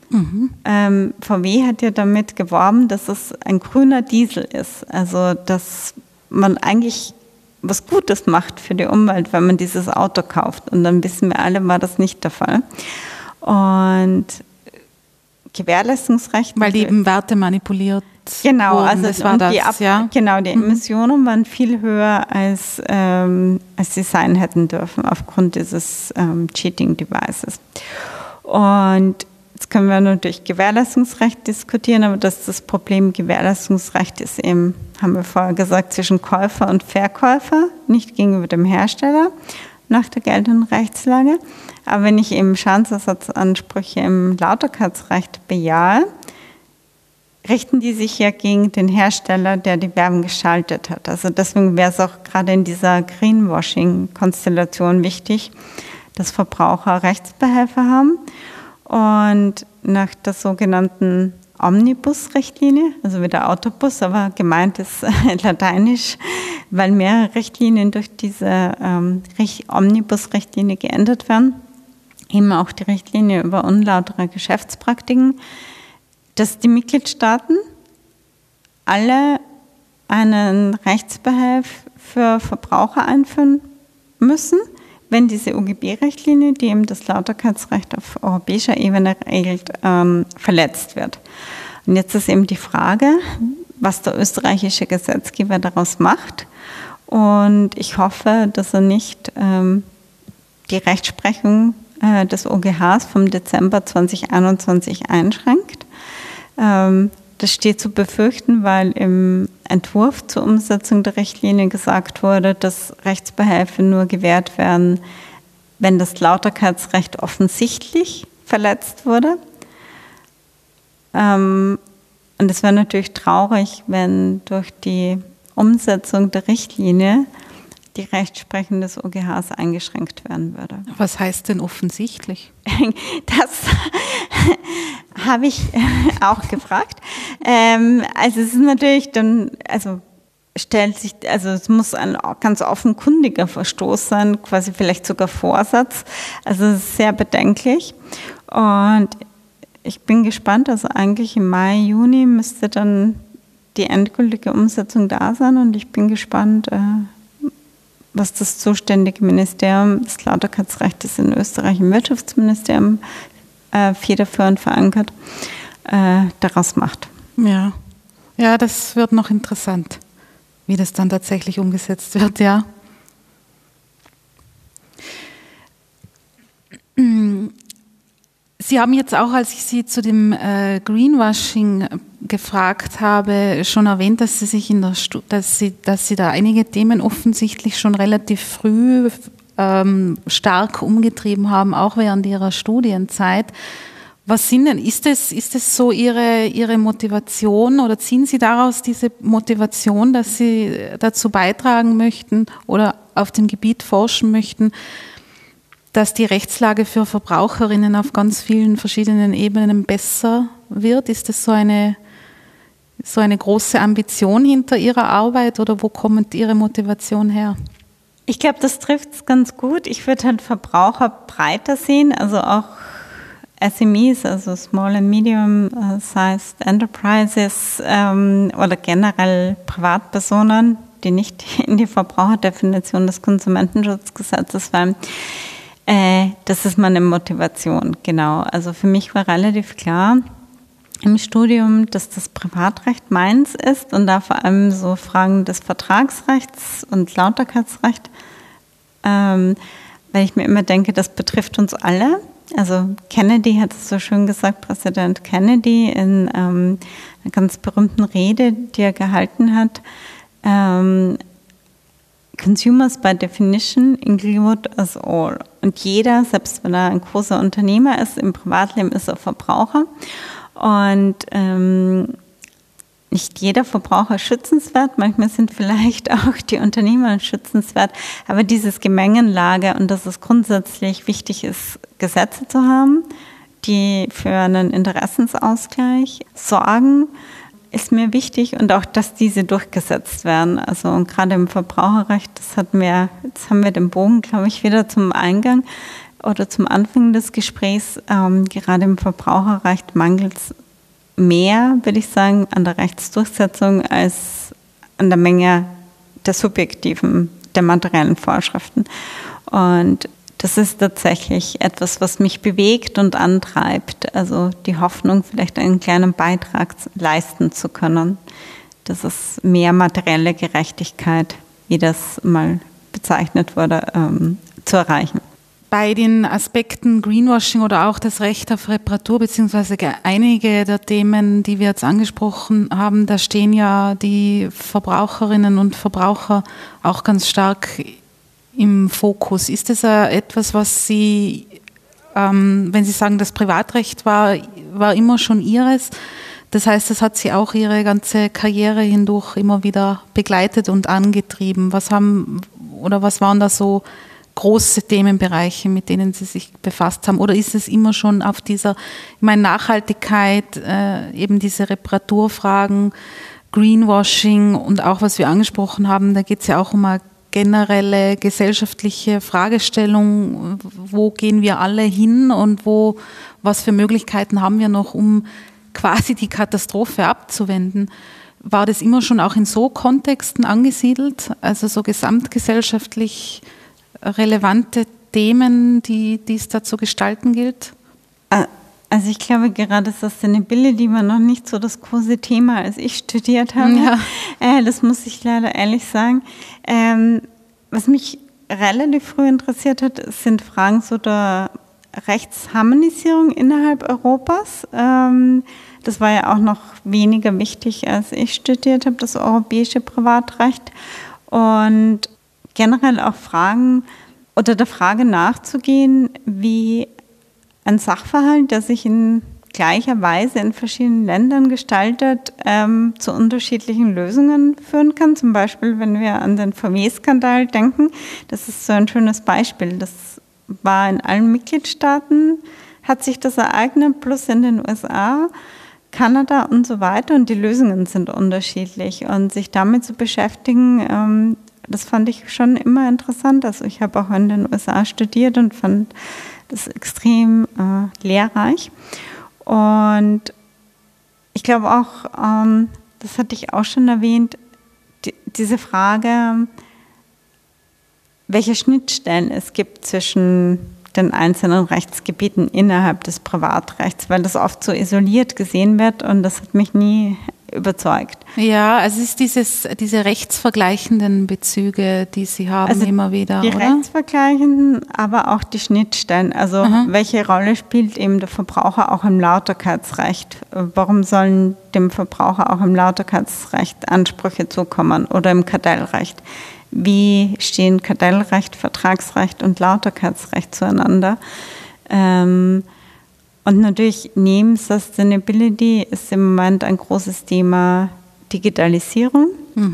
VW hat ja damit geworben, dass es ein grüner Diesel ist. Also, dass man eigentlich was Gutes macht für die Umwelt, wenn man dieses Auto kauft. Und dann wissen wir alle, war das nicht der Fall. Und Gewährleistungsrecht. Weil die eben Werte manipuliert. Genau, wurden. also das war das, ja. Genau, die Emissionen waren viel höher, als sie sein hätten dürfen, aufgrund dieses Cheating-Devices. Und jetzt können wir natürlich Gewährleistungsrecht diskutieren, aber das Problem Gewährleistungsrecht ist eben, haben wir vorher gesagt, zwischen Käufer und Verkäufer, nicht gegenüber dem Hersteller nach der geltenden Rechtslage. Aber wenn ich eben Schadensersatzansprüche im Lauterkeitsrecht bejahe, richten die sich ja gegen den Hersteller, der die Werbung geschaltet hat. Also deswegen wäre es auch gerade in dieser Greenwashing-Konstellation wichtig, dass Verbraucher Rechtsbehelfe haben. Und nach der sogenannten Omnibus-Richtlinie, also wie der Autobus, aber gemeint ist lateinisch, weil mehrere Richtlinien durch diese Omnibus-Richtlinie geändert werden, eben auch die Richtlinie über unlautere Geschäftspraktiken, dass die Mitgliedstaaten alle einen Rechtsbehelf für Verbraucher einführen müssen, wenn diese UGB-Richtlinie, die eben das Lauterkeitsrecht auf europäischer Ebene regelt, verletzt wird. Und jetzt ist eben die Frage, was der österreichische Gesetzgeber daraus macht. Und ich hoffe, dass er nicht die Rechtsprechung des OGHs vom Dezember 2021 einschränkt. Das steht zu befürchten, weil im Entwurf zur Umsetzung der Richtlinie gesagt wurde, dass Rechtsbehelfe nur gewährt werden, wenn das Lauterkeitsrecht offensichtlich verletzt wurde. Und es wäre natürlich traurig, wenn durch die Umsetzung der Richtlinie die Rechtsprechung des OGHs eingeschränkt werden würde. Was heißt denn offensichtlich? Das habe ich auch gefragt. Also es ist natürlich dann, es muss ein ganz offenkundiger Verstoß sein, quasi vielleicht sogar Vorsatz. Also es ist sehr bedenklich. Und ich bin gespannt, also eigentlich im Mai, Juni müsste dann die endgültige Umsetzung da sein und ich bin gespannt, was das zuständige Ministerium des Lauterkeitsrechts in Österreich im Wirtschaftsministerium federführend verankert, daraus macht. Ja, das wird noch interessant, wie das dann tatsächlich umgesetzt wird, ja. Sie haben jetzt auch, als ich Sie zu dem Greenwashing gefragt habe, schon erwähnt, dass Sie da einige Themen offensichtlich schon relativ früh stark umgetrieben haben, auch während Ihrer Studienzeit. Was sind denn, ist es so Ihre Motivation oder ziehen Sie daraus diese Motivation, dass Sie dazu beitragen möchten oder auf dem Gebiet forschen möchten, dass die Rechtslage für Verbraucherinnen auf ganz vielen verschiedenen Ebenen besser wird? Ist das so eine große Ambition hinter Ihrer Arbeit oder wo kommt Ihre Motivation her? Ich glaube, das trifft es ganz gut. Ich würde halt Verbraucher breiter sehen, also auch SMEs, also Small and Medium-Sized Enterprises oder generell Privatpersonen, die nicht in die Verbraucherdefinition des Konsumentenschutzgesetzes fallen. Das ist meine Motivation, genau. Also für mich war relativ klar im Studium, dass das Privatrecht meins ist und da vor allem so Fragen des Vertragsrechts und Lauterkeitsrecht, weil ich mir immer denke, das betrifft uns alle. Also Kennedy hat es so schön gesagt, Präsident Kennedy in einer ganz berühmten Rede, die er gehalten hat, Consumers by definition include us all. Und jeder, selbst wenn er ein großer Unternehmer ist, im Privatleben ist er Verbraucher. Und nicht jeder Verbraucher ist schützenswert, manchmal sind vielleicht auch die Unternehmer schützenswert, aber dieses Gemengenlage und dass es grundsätzlich wichtig ist, Gesetze zu haben, die für einen Interessensausgleich sorgen, ist mir wichtig und auch, dass diese durchgesetzt werden. Also und gerade im Verbraucherrecht, jetzt haben wir den Bogen, glaube ich, wieder zum Eingang oder zum Anfang des Gesprächs. Gerade im Verbraucherrecht mangelt es mehr, würde ich sagen, an der Rechtsdurchsetzung als an der Menge der materiellen Vorschriften. Und das ist tatsächlich etwas, was mich bewegt und antreibt. Also die Hoffnung, vielleicht einen kleinen Beitrag leisten zu können. Das ist mehr materielle Gerechtigkeit, wie das mal bezeichnet wurde, zu erreichen. Bei den Aspekten Greenwashing oder auch das Recht auf Reparatur, beziehungsweise einige der Themen, die wir jetzt angesprochen haben, da stehen ja die Verbraucherinnen und Verbraucher auch ganz stark im Fokus. Ist das etwas, was Sie, wenn Sie sagen, das Privatrecht war immer schon Ihres, das heißt, das hat Sie auch Ihre ganze Karriere hindurch immer wieder begleitet und angetrieben. Was waren da so große Themenbereiche, mit denen Sie sich befasst haben? Oder ist es immer schon auf dieser, Nachhaltigkeit, eben diese Reparaturfragen, Greenwashing und auch, was wir angesprochen haben, da geht es ja auch um eine generelle gesellschaftliche Fragestellung, wo gehen wir alle hin und was für Möglichkeiten haben wir noch, um quasi die Katastrophe abzuwenden. War das immer schon auch in so Kontexten angesiedelt, also so gesamtgesellschaftlich relevante Themen, die es da zu gestalten gilt? Also ich glaube, gerade Sustainability war noch nicht so das große Thema, als ich studiert habe. Ja. Das muss ich leider ehrlich sagen. Was mich relativ früh interessiert hat, sind Fragen so der Rechtsharmonisierung innerhalb Europas. Das war ja auch noch weniger wichtig, als ich studiert habe, das europäische Privatrecht. Und generell auch Fragen oder der Frage nachzugehen, wie ein Sachverhalt, der sich in gleicher Weise in verschiedenen Ländern gestaltet, zu unterschiedlichen Lösungen führen kann. Zum Beispiel, wenn wir an den VW-Skandal denken, das ist so ein schönes Beispiel. Das war in allen Mitgliedstaaten, hat sich das ereignet, plus in den USA, Kanada und so weiter. Und die Lösungen sind unterschiedlich. Und sich damit zu beschäftigen, das fand ich schon immer interessant. Also ich habe auch in den USA studiert und fand das extrem lehrreich. Und ich glaube auch, das hatte ich auch schon erwähnt, diese Frage, welche Schnittstellen es gibt zwischen den einzelnen Rechtsgebieten innerhalb des Privatrechts, weil das oft so isoliert gesehen wird und das hat mich nie überzeugt. Ja, also es ist diese rechtsvergleichenden Bezüge, die Sie haben, also immer wieder, die oder? Rechtsvergleichenden, aber auch die Schnittstellen. Also welche Rolle spielt eben der Verbraucher auch im Lauterkeitsrecht? Warum sollen dem Verbraucher auch im Lauterkeitsrecht Ansprüche zukommen oder im Kartellrecht? Wie stehen Kartellrecht, Vertragsrecht und Lauterkeitsrecht zueinander? Und natürlich neben Sustainability ist im Moment ein großes Thema Digitalisierung.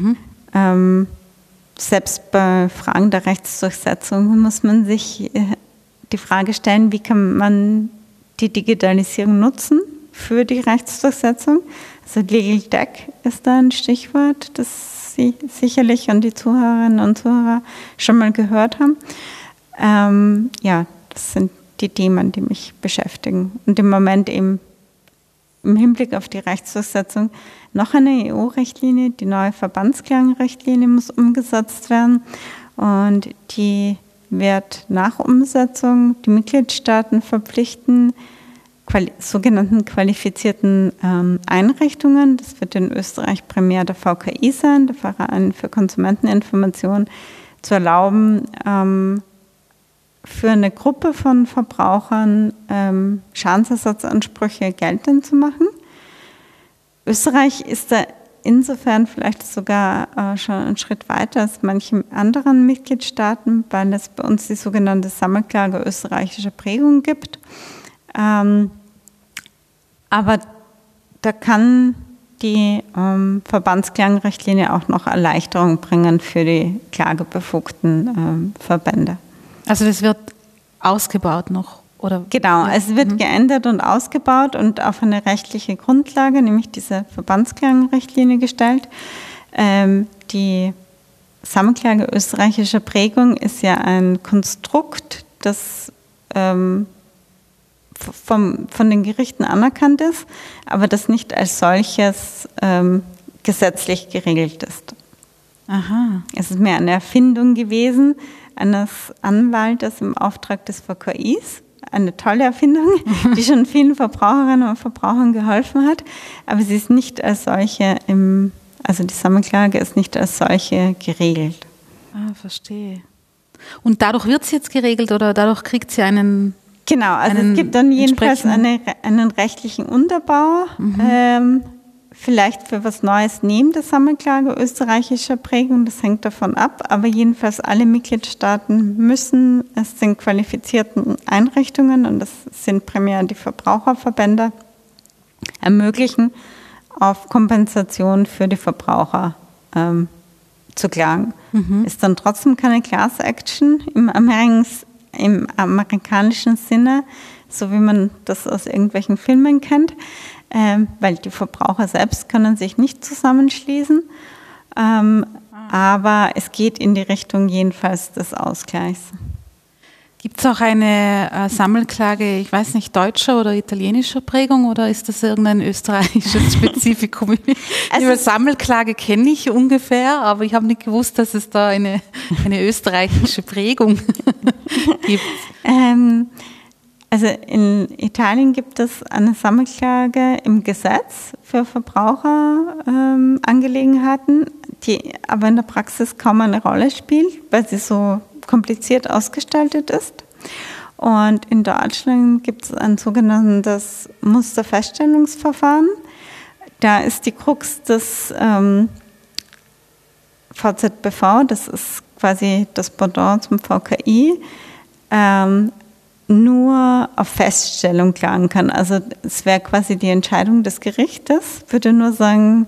Selbst bei Fragen der Rechtsdurchsetzung muss man sich die Frage stellen, wie kann man die Digitalisierung nutzen für die Rechtsdurchsetzung. Also Legal Tech ist da ein Stichwort, das Sie sicherlich und die Zuhörerinnen und Zuhörer schon mal gehört haben. Ja, das sind die Themen, die mich beschäftigen. Und im Moment eben im Hinblick auf die Rechtsdurchsetzung noch eine EU-Richtlinie, die neue Verbandsklagenrichtlinie muss umgesetzt werden. Und die wird nach Umsetzung die Mitgliedstaaten verpflichten, sogenannten qualifizierten Einrichtungen, das wird in Österreich primär der VKI sein, der Verein für Konsumenteninformation, zu erlauben, für eine Gruppe von Verbrauchern Schadensersatzansprüche geltend zu machen. Österreich ist da insofern vielleicht sogar schon einen Schritt weiter als manche anderen Mitgliedstaaten, weil es bei uns die sogenannte Sammelklage österreichischer Prägung gibt. Aber da kann die Verbandsklagenrichtlinie auch noch Erleichterung bringen für die klagebefugten Verbände. Also das wird ausgebaut noch, oder? Genau, es wird geändert und ausgebaut und auf eine rechtliche Grundlage, nämlich diese Verbandsklagenrichtlinie gestellt. Die Sammelklage österreichischer Prägung ist ja ein Konstrukt, das von den Gerichten anerkannt ist, aber das nicht als solches gesetzlich geregelt ist. Aha. Es ist mehr eine Erfindung gewesen eines Anwaltes im Auftrag des VKIs. Eine tolle Erfindung, die schon vielen Verbraucherinnen und Verbrauchern geholfen hat, aber sie ist nicht als solche also die Sammelklage ist nicht als solche geregelt. Ah, verstehe. Und dadurch wird sie jetzt geregelt oder dadurch kriegt sie einen... Genau, also es gibt dann jedenfalls einen rechtlichen Unterbau, vielleicht für was Neues neben der Sammelklage österreichischer Prägung, das hängt davon ab, aber jedenfalls alle Mitgliedstaaten müssen es den qualifizierten Einrichtungen, und das sind primär die Verbraucherverbände, ermöglichen, auf Kompensation für die Verbraucher zu klagen. Ist dann trotzdem keine Class Action im amerikanischen Sinne, so wie man das aus irgendwelchen Filmen kennt, weil die Verbraucher selbst können sich nicht zusammenschließen, aber es geht in die Richtung jedenfalls des Ausgleichs. Gibt es auch eine Sammelklage, ich weiß nicht, deutscher oder italienischer Prägung oder ist das irgendein österreichisches Spezifikum? Also Sammelklage kenne ich ungefähr, aber ich habe nicht gewusst, dass es da eine österreichische Prägung gibt. Also in Italien gibt es eine Sammelklage im Gesetz für Verbraucherangelegenheiten, die aber in der Praxis kaum eine Rolle spielt, weil sie so kompliziert ausgestaltet ist. Und in Deutschland gibt es ein sogenanntes Musterfeststellungsverfahren. Da ist die Krux des VZBV, das ist quasi das Pendant zum VKI, nur auf Feststellung klagen kann. Also es wäre quasi die Entscheidung des Gerichtes, würde nur sagen,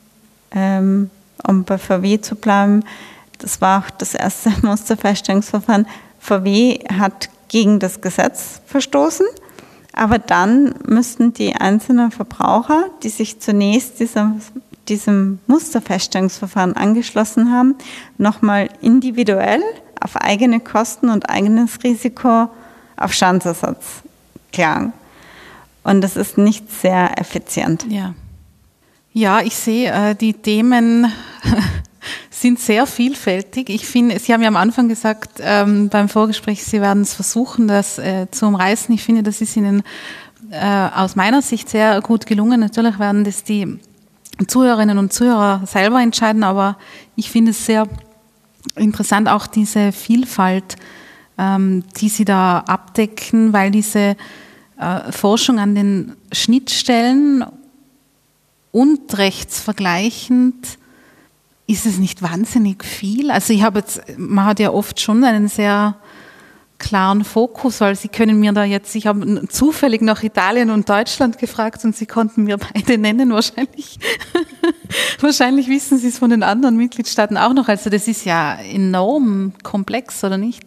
um bei VW zu bleiben, das war auch das erste Musterfeststellungsverfahren, VW hat gegen das Gesetz verstoßen, aber dann müssten die einzelnen Verbraucher, die sich zunächst diesem Musterfeststellungsverfahren angeschlossen haben, nochmal individuell auf eigene Kosten und eigenes Risiko auf Schadensersatz klagen. Und das ist nicht sehr effizient. Ja, ich sehe, die Themen sind sehr vielfältig. Ich finde, Sie haben ja am Anfang gesagt, beim Vorgespräch, Sie werden es versuchen, das zu umreißen. Ich finde, das ist Ihnen aus meiner Sicht sehr gut gelungen. Natürlich werden das die Zuhörerinnen und Zuhörer selber entscheiden, aber ich finde es sehr interessant, auch diese Vielfalt, die Sie da abdecken, weil diese Forschung an den Schnittstellen und rechtsvergleichend, ist es nicht wahnsinnig viel? Also man hat ja oft schon einen sehr klaren Fokus, weil Sie können mir da jetzt, ich habe zufällig nach Italien und Deutschland gefragt und Sie konnten mir beide nennen wahrscheinlich. Wahrscheinlich wissen Sie es von den anderen Mitgliedstaaten auch noch. Also das ist ja enorm komplex, oder nicht?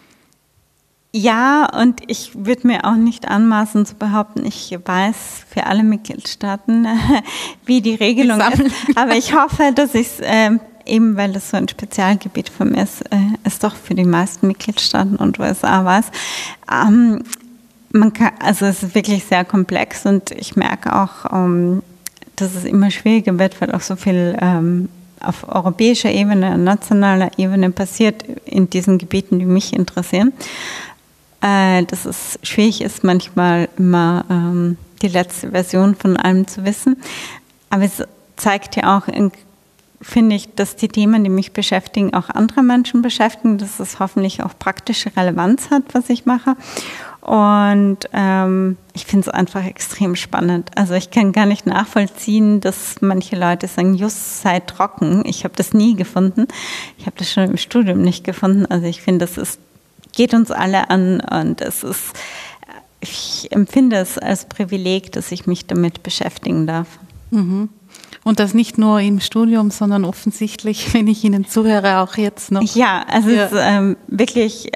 Ja, und ich würde mir auch nicht anmaßen zu behaupten, ich weiß für alle Mitgliedstaaten, wie die Regelung ist. Aber ich hoffe, dass ich es, eben weil das so ein Spezialgebiet von mir ist, es doch für die meisten Mitgliedstaaten und USA weiß. Also es ist wirklich sehr komplex und ich merke auch, dass es immer schwieriger wird, weil auch so viel auf europäischer Ebene, nationaler Ebene passiert in diesen Gebieten, die mich interessieren. Dass es schwierig ist, manchmal immer die letzte Version von allem zu wissen. Aber es zeigt ja auch, finde ich, dass die Themen, die mich beschäftigen, auch andere Menschen beschäftigen, dass es hoffentlich auch praktische Relevanz hat, was ich mache. Und ich finde es einfach extrem spannend. Also ich kann gar nicht nachvollziehen, dass manche Leute sagen, Jus sei trocken. Ich habe das nie gefunden. Ich habe das schon im Studium nicht gefunden. Also ich finde, geht uns alle an und ich empfinde es als Privileg, dass ich mich damit beschäftigen darf. Mhm. Und das nicht nur im Studium, sondern offensichtlich, wenn ich Ihnen zuhöre, auch jetzt noch. Ja, also ja. Es ist wirklich,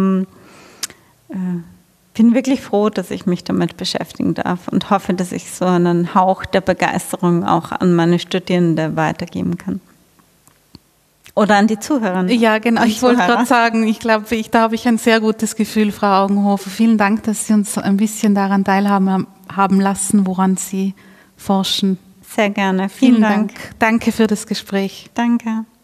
bin wirklich froh, dass ich mich damit beschäftigen darf und hoffe, dass ich so einen Hauch der Begeisterung auch an meine Studierende weitergeben kann. Oder an die Zuhörer. Ja, genau. Ich wollte gerade sagen, ich glaube, da habe ich ein sehr gutes Gefühl, Frau Augenhofer. Vielen Dank, dass Sie uns ein bisschen daran teilhaben haben lassen, woran Sie forschen. Sehr gerne. Vielen Dank. Danke für das Gespräch. Danke.